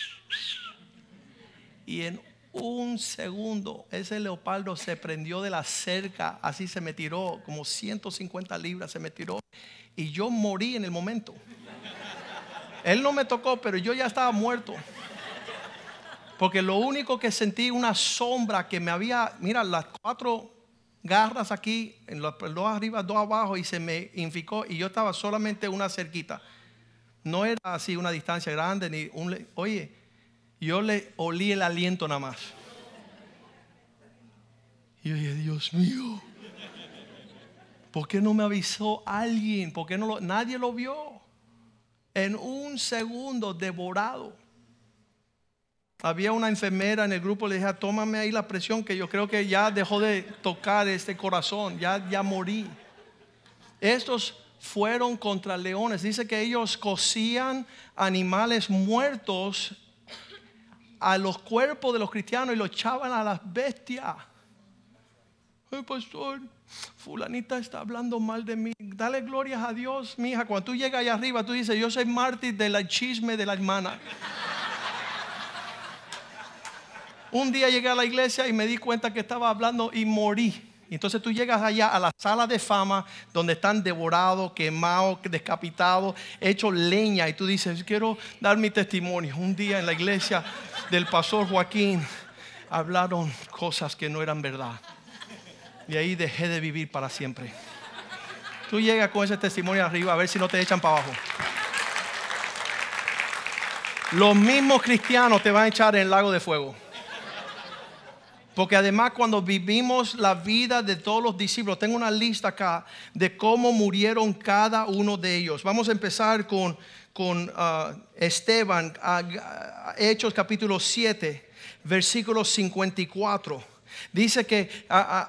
Y en un segundo ese leopardo se prendió de la cerca. Así se me tiró, como 150 libras se me tiró. Y yo morí en el momento. Él no me tocó, pero yo ya estaba muerto. Porque lo único que sentí, una sombra que me había, mira, las 4 garras aquí, en los 2 arriba, 2 abajo, y se me inficó. Y yo estaba solamente una cerquita. No era así una distancia grande, ni oye, yo le olí el aliento nada más. Y yo dije, Dios mío, ¿por qué no me avisó alguien? ¿Por qué nadie lo vio? en un segundo devorado. Había una enfermera en el grupo, le dije, tómame ahí la presión, que yo creo que ya dejó de tocar este corazón, ya morí. Estos fueron contra leones. Dice que ellos cosían animales muertos a los cuerpos de los cristianos y los echaban a las bestias. Ay, pastor, fulanita está hablando mal de mí. Dale glorias a Dios, mija. Cuando tú llegas allá arriba, tú dices, yo soy mártir del chisme de la hermana. Un día llegué a la iglesia y me di cuenta que estaba hablando y morí. Entonces tú llegas allá a la sala de fama donde están devorados, quemados, decapitados, hechos leña, y tú dices, quiero dar mi testimonio. Un día en la iglesia del pastor Joaquín hablaron cosas que no eran verdad, y ahí dejé de vivir para siempre. Tú llegas con ese testimonio arriba, a ver si no te echan para abajo. Los mismos cristianos te van a echar en el lago de fuego. Porque además, cuando vivimos la vida de todos los discípulos, tengo una lista acá de cómo murieron cada uno de ellos. Vamos a empezar con Esteban, Hechos capítulo 7, versículo 54. Dice que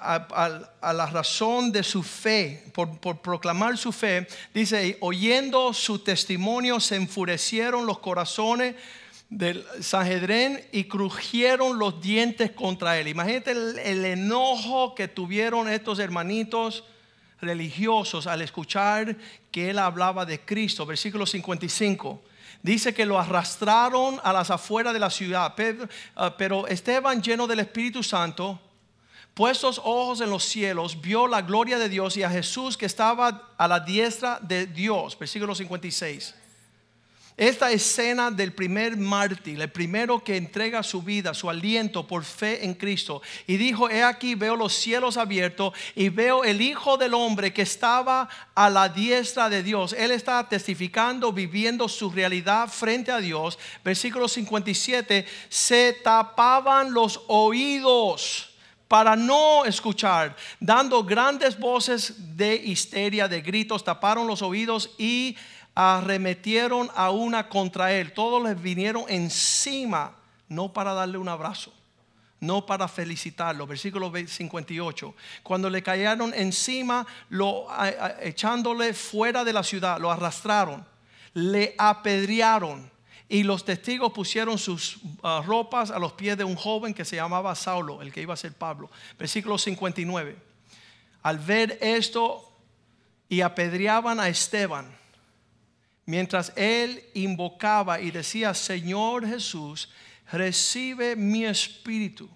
a la razón de su fe, por proclamar su fe, dice, oyendo su testimonio se enfurecieron los corazones del Sanhedrín y crujieron los dientes contra él. Imagínate el enojo que tuvieron estos hermanitos religiosos al escuchar que él hablaba de Cristo. Versículo 55 dice que lo arrastraron a las afueras de la ciudad. Pero Esteban, lleno del Espíritu Santo, puestos ojos en los cielos, vio la gloria de Dios y a Jesús que estaba a la diestra de Dios. Versículo 56. Esta escena del primer mártir, el primero que entrega su vida, su aliento por fe en Cristo, y dijo, he aquí veo los cielos abiertos y veo el Hijo del Hombre que estaba a la diestra de Dios. Él está testificando, viviendo su realidad frente a Dios. Versículo 57, se tapaban los oídos para no escuchar, dando grandes voces de histeria, de gritos, taparon los oídos y arremetieron a una contra él. Todos les vinieron encima, no para darle un abrazo, no para felicitarlo. Versículo 58. Cuando le cayeron encima, echándole fuera de la ciudad, lo arrastraron, le apedrearon, y los testigos pusieron sus ropas a los pies de un joven que se llamaba Saulo, el que iba a ser Pablo. Versículo 59. Al ver esto, y apedreaban a Esteban, mientras él invocaba y decía, Señor Jesús, recibe mi espíritu.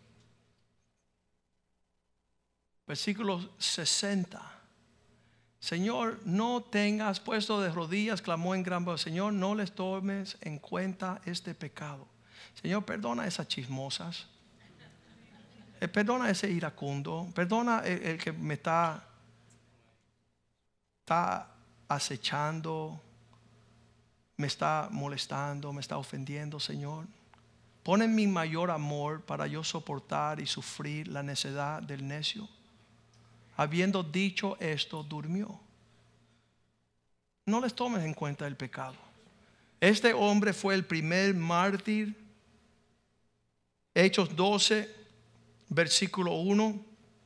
Versículo 60. Señor, no tengas, puesto de rodillas, clamó en gran voz, Señor, no les tomes en cuenta este pecado. Señor, perdona a esas chismosas. Perdona a ese iracundo. Perdona el que me está acechando, me está molestando, me está ofendiendo. Señor, pon en mi mayor amor para yo soportar y sufrir la necedad del necio. Habiendo dicho esto, durmió. No les tomes en cuenta el pecado. Este hombre fue el primer mártir. Hechos 12, versículo 1.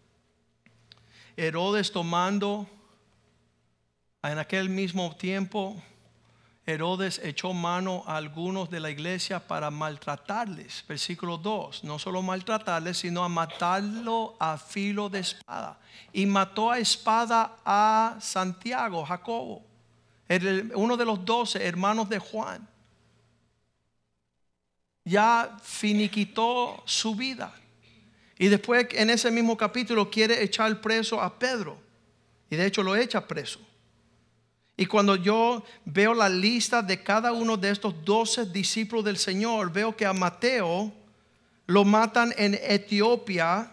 Herodes tomando, en aquel mismo tiempo, Herodes echó mano a algunos de la iglesia para maltratarles. Versículo 2. No solo maltratarles, sino a matarlo a filo de espada. Y mató a espada a Santiago, Jacobo, uno de los 12 hermanos de Juan. Ya finiquitó su vida. Y después, en ese mismo capítulo, quiere echar preso a Pedro. Y de hecho lo echa preso. Y cuando yo veo la lista de cada uno de estos 12 discípulos del Señor, veo que a Mateo lo matan en Etiopía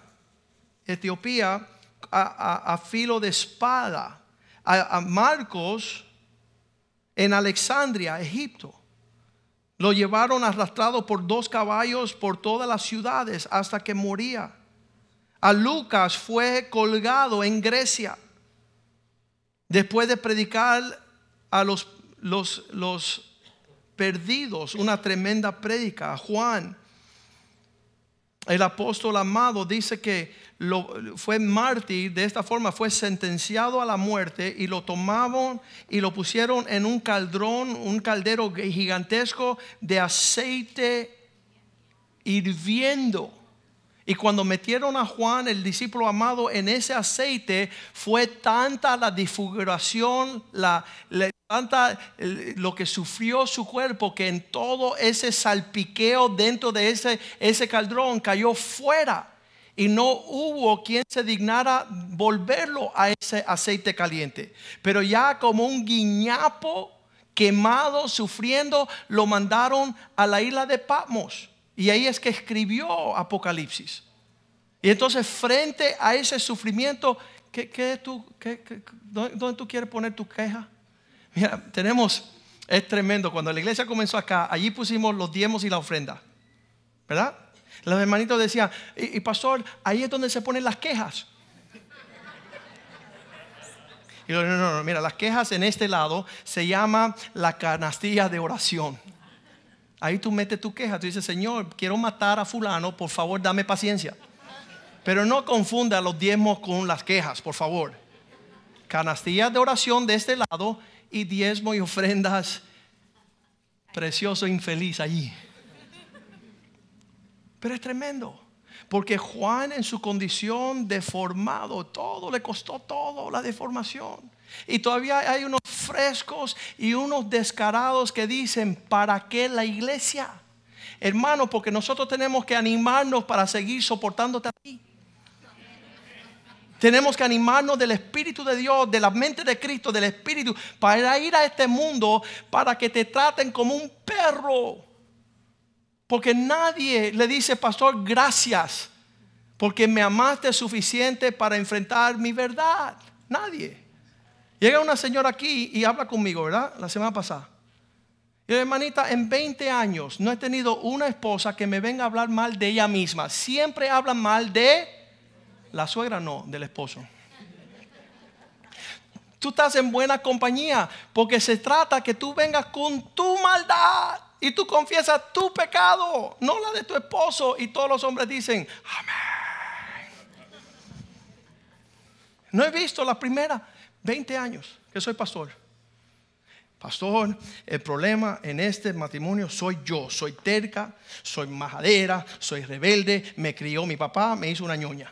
a filo de espada. A Marcos en Alexandria, Egipto. Lo llevaron arrastrado por 2 caballos por todas las ciudades hasta que moría. A Lucas fue colgado en Grecia. Después de predicar a los los perdidos, una tremenda prédica. Juan, el apóstol amado, dice que fue mártir. De esta forma fue sentenciado a la muerte, y lo tomaron y lo pusieron en un caldero gigantesco de aceite hirviendo. Y cuando metieron a Juan, el discípulo amado, en ese aceite, fue tanta la desfiguración, tanta lo que sufrió su cuerpo, que en todo ese salpiqueo dentro de ese caldrón cayó fuera. Y no hubo quien se dignara volverlo a ese aceite caliente. Pero ya como un guiñapo, quemado, sufriendo, lo mandaron a la isla de Patmos. Y ahí es que escribió Apocalipsis. Y entonces, frente a ese sufrimiento, ¿dónde tú quieres poner tu queja? Mira, es tremendo. Cuando la iglesia comenzó acá, allí pusimos los diezmos y la ofrenda, ¿verdad? Los hermanitos decían, y pastor, ahí es donde se ponen las quejas. Y yo, no, mira, las quejas en este lado se llama la canastilla de oración. Ahí tú metes tu queja, tú dices, Señor, quiero matar a fulano, por favor dame paciencia. Pero no confunda los diezmos con las quejas, por favor. Canastillas de oración de este lado y diezmo y ofrendas, precioso infeliz allí. Pero es tremendo, porque Juan, en su condición deformado, todo le costó, todo la deformación. Y todavía hay unos frescos y unos descarados que dicen, ¿para qué la iglesia? Hermano, porque nosotros tenemos que animarnos para seguir soportándote a ti. Tenemos que animarnos del Espíritu de Dios, de la mente de Cristo, del Espíritu, para ir a este mundo, para que te traten como un perro. Porque nadie le dice, pastor, gracias, porque me amaste suficiente para enfrentar mi verdad. Nadie. Llega una señora aquí y habla conmigo, ¿verdad? La semana pasada. Y yo, hermanita, en 20 años no he tenido una esposa que me venga a hablar mal de ella misma. Siempre hablan mal de la suegra, no, del esposo. Tú estás en buena compañía, porque se trata que tú vengas con tu maldad y tú confiesas tu pecado, no la de tu esposo. Y todos los hombres dicen, amén. No he visto la primera 20 años que soy pastor. Pastor, el problema en este matrimonio soy yo. Soy terca, soy majadera, soy rebelde. Me crió mi papá, me hizo una ñoña.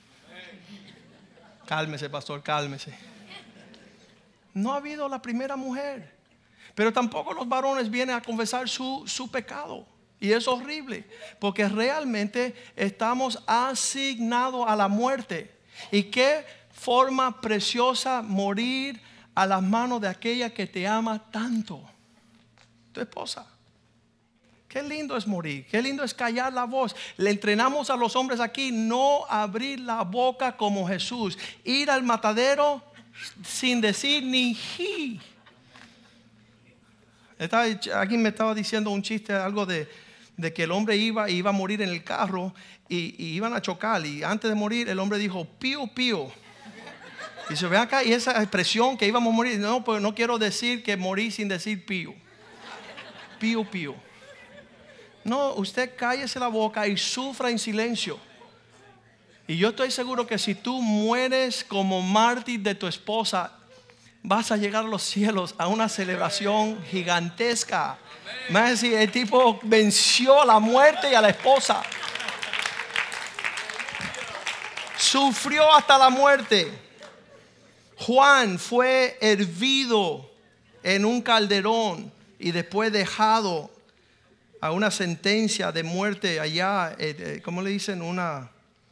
Cálmese, pastor, cálmese. No ha habido la primera mujer. Pero tampoco los varones vienen a confesar su pecado. Y es horrible, porque realmente estamos asignados a la muerte. Y qué forma preciosa morir a las manos de aquella que te ama tanto, tu esposa. Qué lindo es morir, qué lindo es callar la voz. Le entrenamos a los hombres aquí no abrir la boca como Jesús, ir al matadero sin decir ni ji. Alguien me estaba diciendo un chiste, algo de que el hombre iba a morir en el carro y iban a chocar, y antes de morir el hombre dijo pío pío. Y se ve acá, y esa expresión que íbamos a morir, no, pues no quiero decir que morí sin decir pío. Pío pío. No, usted cállese la boca y sufra en silencio. Y yo estoy seguro que si tú mueres como mártir de tu esposa, vas a llegar a los cielos a una celebración gigantesca. Me va a decir, el tipo venció a la muerte y a la esposa. Sufrió hasta la muerte. Juan fue hervido en un calderón y después dejado a una sentencia de muerte allá, ¿cómo le dicen? Una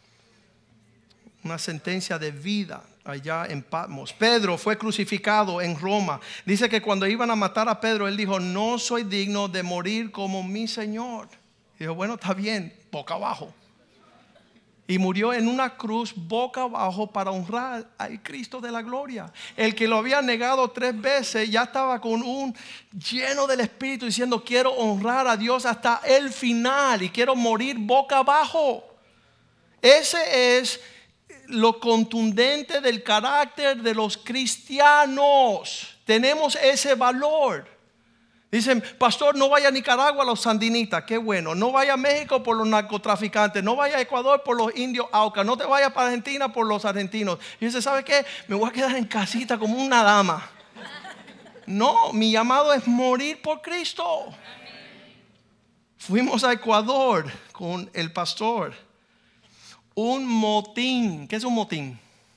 sentencia de vida allá en Patmos. Pedro fue crucificado en Roma. Dice que cuando iban a matar a Pedro, él dijo, no soy digno de morir como mi Señor. Dijo, bueno, está bien, boca abajo. Y murió en una cruz boca abajo para honrar al Cristo de la gloria. El que lo había negado 3 veces ya estaba con un lleno del Espíritu diciendo, quiero honrar a Dios hasta el final y quiero morir boca abajo. Ese es lo contundente del carácter de los cristianos. Tenemos ese valor. Dicen, pastor, no vaya a Nicaragua a los sandinistas. Qué bueno. No vaya a México por los narcotraficantes. No vaya a Ecuador por los indios Auca. No te vayas para Argentina por los argentinos. Y dice, ¿sabe qué? Me voy a quedar en casita como una dama. No, mi llamado es morir por Cristo. Fuimos a Ecuador con el pastor. Un motín. ¿Qué es un motín?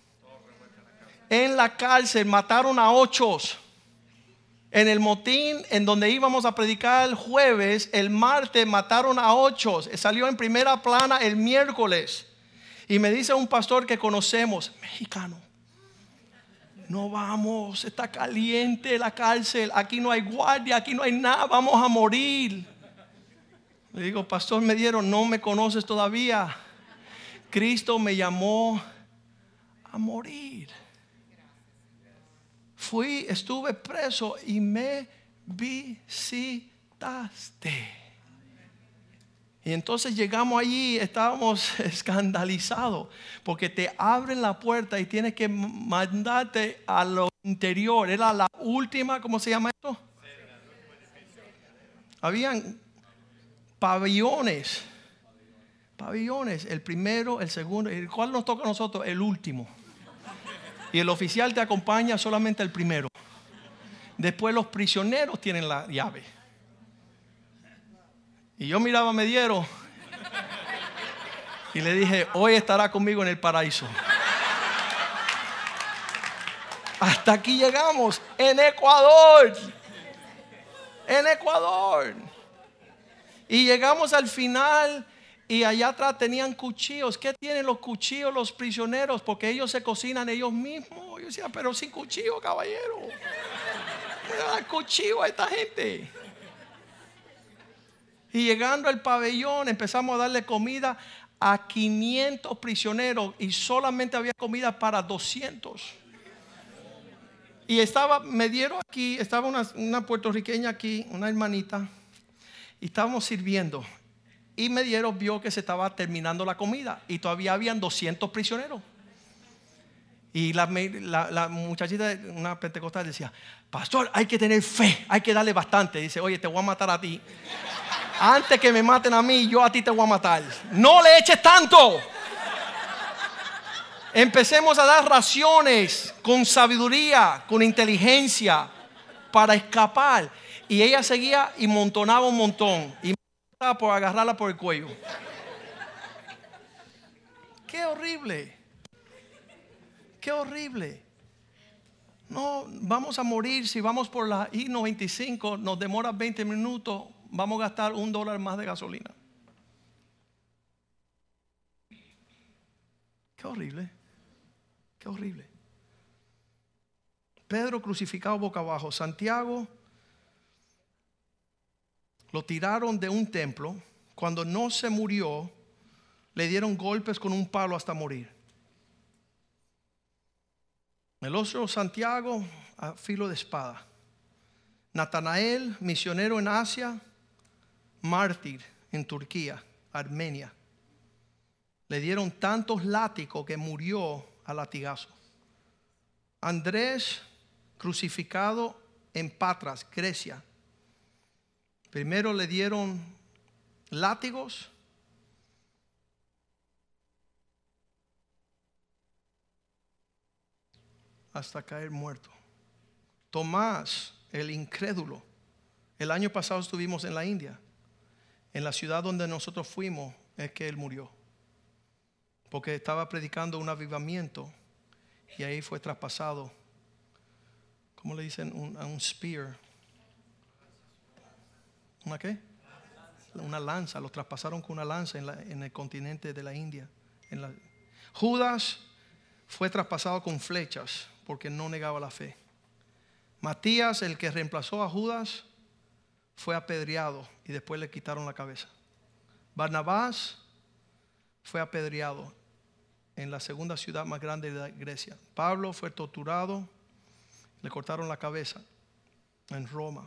En la cárcel mataron a 8. En el motín en donde íbamos a predicar el jueves, el martes mataron a 8. Salió en primera plana el miércoles. Y me dice un pastor que conocemos, mexicano, no vamos, está caliente la cárcel, aquí no hay guardia, aquí no hay nada, vamos a morir. Le digo, pastor Mediero, no me conoces todavía. Cristo me llamó a morir. Estuve preso y me visitaste. Y entonces llegamos allí, estábamos escandalizados porque te abren la puerta y tienes que mandarte a lo interior. Era la última, ¿cómo se llama esto? Habían pabellones, el primero, el segundo. ¿El cuál nos toca a nosotros? El último. Y el oficial te acompaña solamente el primero. Después los prisioneros tienen la llave. Y yo miraba a Mediero y le dije, hoy estará conmigo en el paraíso. Hasta aquí llegamos, en Ecuador. En Ecuador. Y llegamos al final. Y allá atrás tenían cuchillos. ¿Qué tienen los cuchillos los prisioneros? Porque ellos se cocinan ellos mismos. Yo decía, pero sin cuchillo, caballero. Le dan cuchillo a esta gente. Y llegando al pabellón empezamos a darle comida a 500 prisioneros. Y solamente había comida para 200. Y me dieron aquí, estaba una puertorriqueña aquí, una hermanita. Y estábamos sirviendo. Y Mediero vio que se estaba terminando la comida y todavía habían 200 prisioneros. Y la muchachita, una pentecostal, decía, pastor, hay que tener fe, hay que darle bastante. Dice, oye, te voy a matar a ti. Antes que me maten a mí, yo a ti te voy a matar. No le eches tanto. Empecemos a dar raciones con sabiduría, con inteligencia, para escapar. Y ella seguía y montonaba un montón. Y por agarrarla por el cuello. Qué horrible. Qué horrible. No, vamos a morir. Si vamos por la I-95, nos demora 20 minutos, vamos a gastar $1 más de gasolina. Qué horrible. Qué horrible. Pedro crucificado boca abajo. Santiago lo tiraron de un templo. Cuando no se murió, le dieron golpes con un palo hasta morir. El otro Santiago a filo de espada. Natanael, misionero en Asia, mártir en Turquía, Armenia. Le dieron tantos látigos que murió a latigazo. Andrés, crucificado en Patras, Grecia. Primero le dieron látigos. Hasta caer muerto. Tomás, el incrédulo. El año pasado estuvimos en la India. En la ciudad donde nosotros fuimos es que él murió. Porque estaba predicando un avivamiento y ahí fue traspasado. ¿Cómo le dicen? Un spear. ¿Una qué? Una lanza. Lo traspasaron con una lanza en el continente de la India. Judas fue traspasado con flechas porque no negaba la fe. Matías, el que reemplazó a Judas, fue apedreado y después le quitaron la cabeza. Barnabás fue apedreado en la segunda ciudad más grande de Grecia. Pablo fue torturado, le cortaron la cabeza en Roma.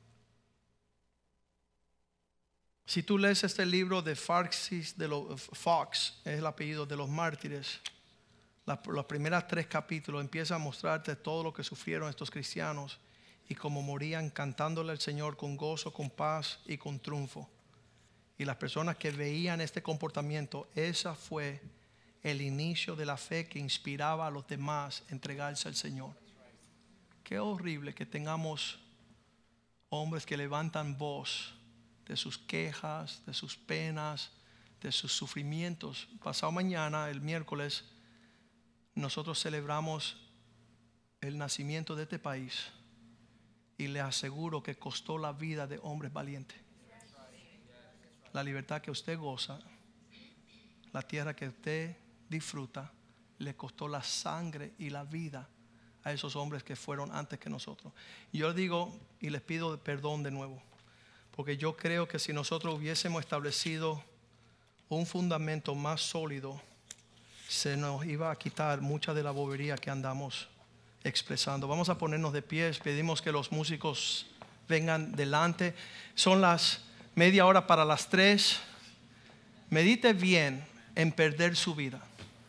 Si tú lees este libro de Fox, es el apellido de los mártires, los primeros 3 capítulos empieza a mostrarte todo lo que sufrieron estos cristianos y como morían cantándole al Señor con gozo, con paz y con triunfo. Y las personas que veían este comportamiento, esa fue el inicio de la fe que inspiraba a los demás a entregarse al Señor. Qué horrible que tengamos hombres que levantan voz de sus quejas, de sus penas, de sus sufrimientos. Pasado mañana, el miércoles, nosotros celebramos el nacimiento de este país. Y le aseguro que costó la vida de hombres valientes. La libertad que usted goza, la tierra que usted disfruta, le costó la sangre y la vida a esos hombres que fueron antes que nosotros. Y yo digo y les pido perdón de nuevo, porque yo creo que si nosotros hubiésemos establecido un fundamento más sólido, se nos iba a quitar mucha de la bobería que andamos expresando. Vamos a ponernos de pies. Pedimos que los músicos vengan delante. Son las media hora para las 3. Medite bien en perder su vida.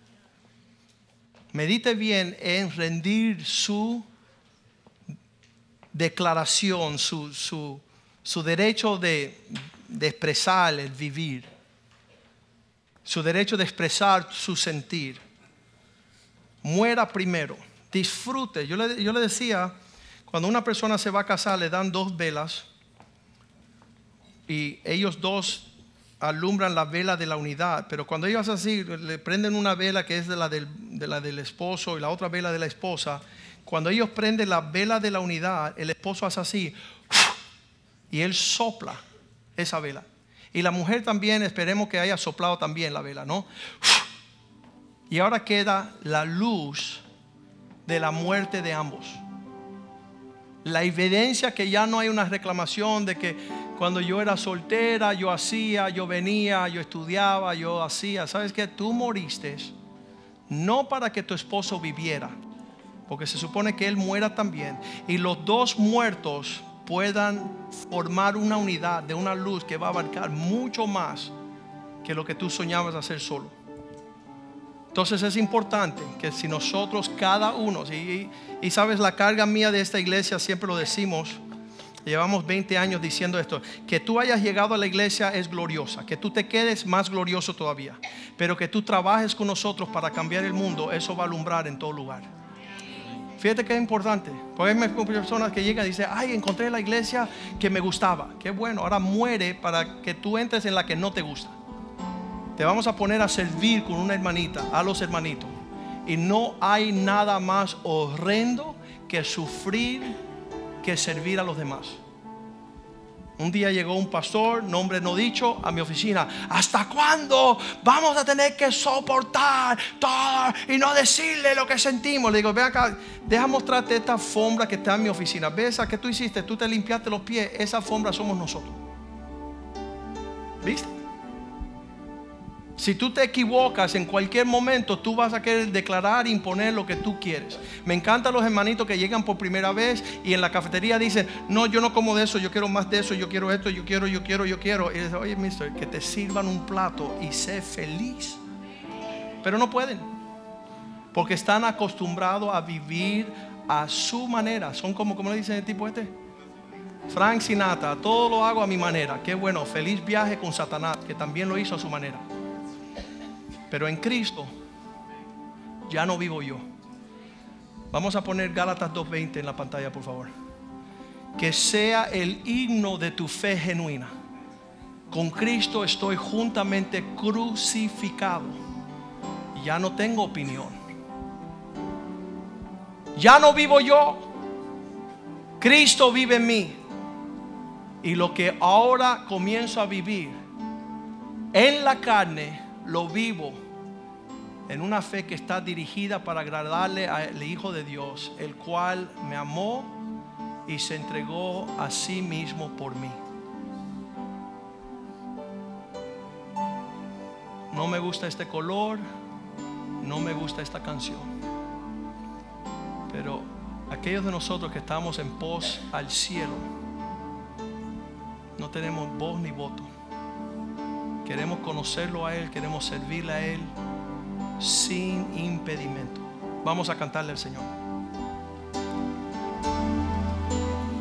Medite bien en rendir su declaración, su derecho de expresar el vivir, su derecho de expresar su sentir. Muera primero. Disfrute. Yo le decía, cuando una persona se va a casar, le dan 2 velas y ellos 2 alumbran la vela de la unidad. Pero cuando ellos así le prenden una vela que es de la del esposo y la otra vela de la esposa, cuando ellos prenden la vela de la unidad, el esposo hace así y él sopla esa vela. Y la mujer también, esperemos que haya soplado también la vela, ¿no? Y ahora queda la luz de la muerte de ambos. La evidencia que ya no hay una reclamación de que cuando yo era soltera, yo hacía, yo venía, yo estudiaba, yo hacía. ¿Sabes qué? Tú moriste no para que tu esposo viviera, porque se supone que él muera también, y los 2 muertos puedan formar una unidad de una luz que va a abarcar mucho más que lo que tú soñabas hacer solo. Entonces es importante que si nosotros cada uno, y sabes, la carga mía de esta iglesia, siempre lo decimos, llevamos 20 años diciendo esto, que tú hayas llegado a la iglesia es gloriosa, que tú te quedes más glorioso todavía, pero que tú trabajes con nosotros para cambiar el mundo, eso va a alumbrar en todo lugar. Fíjate que es importante, porque hay personas que llegan y dicen, ay, encontré la iglesia que me gustaba, qué bueno, ahora muere para que tú entres en la que no te gusta. Te vamos a poner a servir con una hermanita, a los hermanitos. Y no hay nada más horrendo que sufrir, que servir a los demás. Un día llegó un pastor, nombre no dicho, a mi oficina. ¿Hasta cuándo vamos a tener que soportar todo y no decirle lo que sentimos? Le digo, ve acá, deja mostrarte esta alfombra que está en mi oficina. ¿Ves esa que tú hiciste? Tú te limpiaste los pies. Esa alfombra somos nosotros. ¿Viste? Si tú te equivocas en cualquier momento, tú vas a querer declarar e imponer lo que tú quieres. Me encantan los hermanitos que llegan por primera vez y en la cafetería dicen, no, yo no como de eso, yo quiero más de eso, yo quiero esto, yo quiero. Y dice, oye, mister, que te sirvan un plato y sé feliz. Pero no pueden, porque están acostumbrados a vivir a su manera. Son como le dicen el tipo este, Frank Sinatra, todo lo hago a mi manera. Qué bueno, feliz viaje con Satanás, que también lo hizo a su manera. Pero en Cristo ya no vivo yo. Vamos a poner Gálatas 2:20 en la pantalla, por favor. Que sea el himno de tu fe genuina. Con Cristo estoy juntamente crucificado. Ya no tengo opinión. Ya no vivo yo. Cristo vive en mí. Y lo que ahora comienzo a vivir en la carne, lo vivo en una fe que está dirigida para agradarle al Hijo de Dios, el cual me amó y se entregó a sí mismo por mí. No me gusta este color, no me gusta esta canción, pero aquellos de nosotros que estamos en pos al cielo, no tenemos voz ni voto. Queremos conocerlo a Él, queremos servirle a Él sin impedimento. Vamos a cantarle al Señor.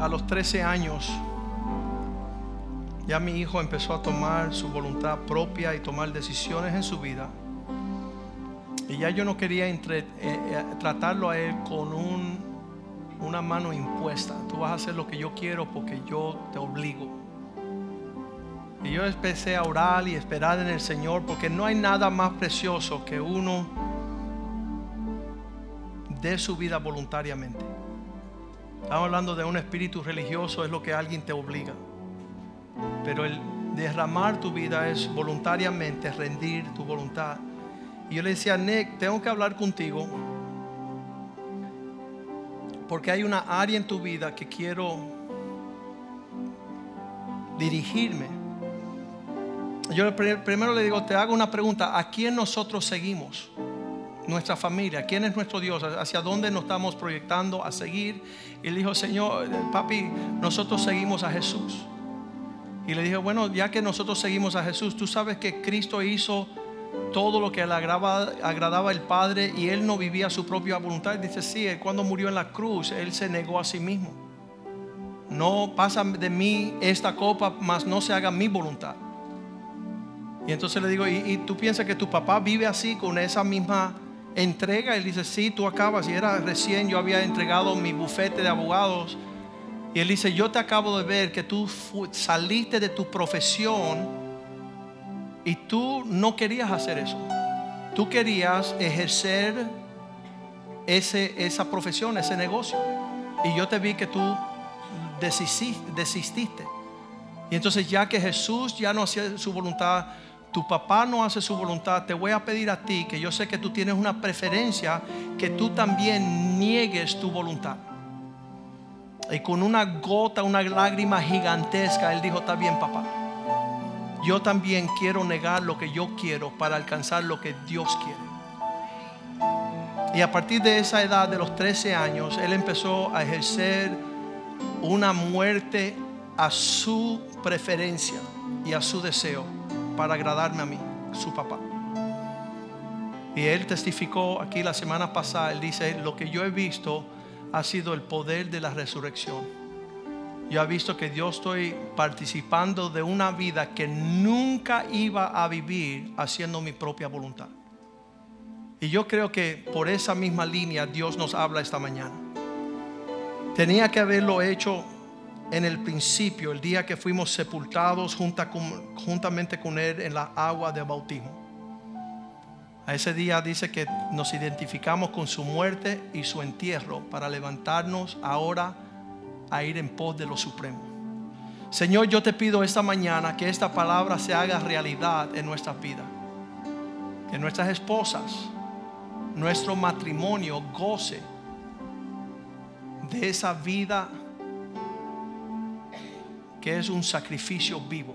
a los 13 años, ya mi hijo empezó a tomar su voluntad propia y tomar decisiones en su vida. Y ya yo no quería tratarlo a él con una mano impuesta. Tú vas a hacer lo que yo quiero porque yo te obligo. Y yo empecé a orar y esperar en el Señor, porque no hay nada más precioso que uno dé su vida voluntariamente. Estamos hablando de un espíritu religioso, es lo que alguien te obliga. Pero el derramar tu vida es voluntariamente rendir tu voluntad. Y yo le decía: Nick, tengo que hablar contigo porque hay una área en tu vida que quiero dirigirme. Yo primero le digo: te hago una pregunta. ¿A quién nosotros seguimos? Nuestra familia. ¿Quién es nuestro Dios? ¿Hacia dónde nos estamos proyectando a seguir? Y él dijo: Señor, papi, nosotros seguimos a Jesús. Y le dije: bueno, ya que nosotros seguimos a Jesús, tú sabes que Cristo hizo todo lo que le agradaba al Padre, y él no vivía su propia voluntad. Y dice: sí, él cuando murió en la cruz, él se negó a sí mismo. No pasa de mí esta copa, mas no se haga mi voluntad. Y entonces le digo: ¿y tú piensas que tu papá vive así, con esa misma entrega? Él dice: sí, tú acabas. Y era recién, yo había entregado mi bufete de abogados. Y él dice: yo te acabo de ver que tú saliste de tu profesión y tú no querías hacer eso. Tú querías ejercer esa profesión, ese negocio. Y yo te vi que tú desististe. Y entonces, ya que Jesús ya no hacía su voluntad, tu papá no hace su voluntad, te voy a pedir a ti, que yo sé que tú tienes una preferencia, que tú también niegues tu voluntad. Y con una gota, una lágrima gigantesca, él dijo: está bien, papá, yo también quiero negar lo que yo quiero para alcanzar lo que Dios quiere. Y a partir de esa edad, de los 13 años, él empezó a ejercer una muerte a su preferencia y a su deseo, para agradarme a mí, su papá. Y él testificó aquí la semana pasada. Él dice: lo que yo he visto ha sido el poder de la resurrección. Yo he visto que yo estoy participando de una vida que nunca iba a vivir haciendo mi propia voluntad. Y yo creo que por esa misma línea Dios nos habla esta mañana. Tenía que haberlo hecho en el principio, el día que fuimos sepultados juntamente con Él en la agua de bautismo. A ese día dice que nos identificamos con su muerte y su entierro, para levantarnos ahora a ir en pos de lo supremo. Señor, yo te pido esta mañana que esta palabra se haga realidad en nuestras vidas. Que nuestras esposas, nuestro matrimonio goce de esa vida que es un sacrificio vivo.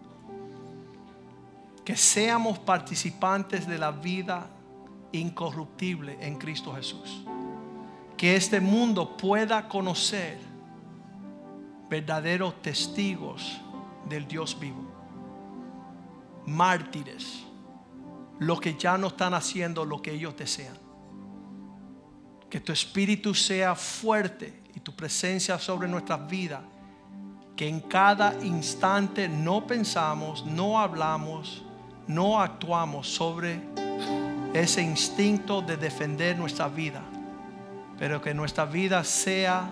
Que seamos participantes de la vida incorruptible en Cristo Jesús. Que este mundo pueda conocer verdaderos testigos del Dios vivo, mártires, los que ya no están haciendo lo que ellos desean. Que tu espíritu sea fuerte y tu presencia sobre nuestras vidas, que en cada instante no pensamos, no hablamos, no actuamos sobre ese instinto de defender nuestra vida, pero que nuestra vida sea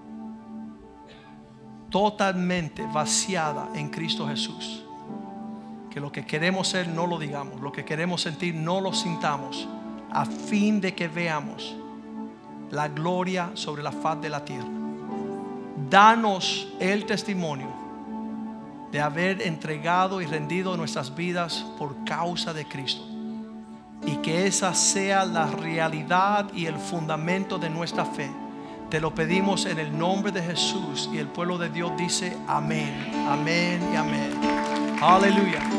totalmente vaciada en Cristo Jesús. Que lo que queremos ser no lo digamos, lo que queremos sentir no lo sintamos, a fin de que veamos la gloria sobre la faz de la tierra. Danos el testimonio de haber entregado y rendido nuestras vidas por causa de Cristo, y que esa sea la realidad y el fundamento de nuestra fe. Te lo pedimos en el nombre de Jesús, y el pueblo de Dios dice amén, amén y amén. Aleluya.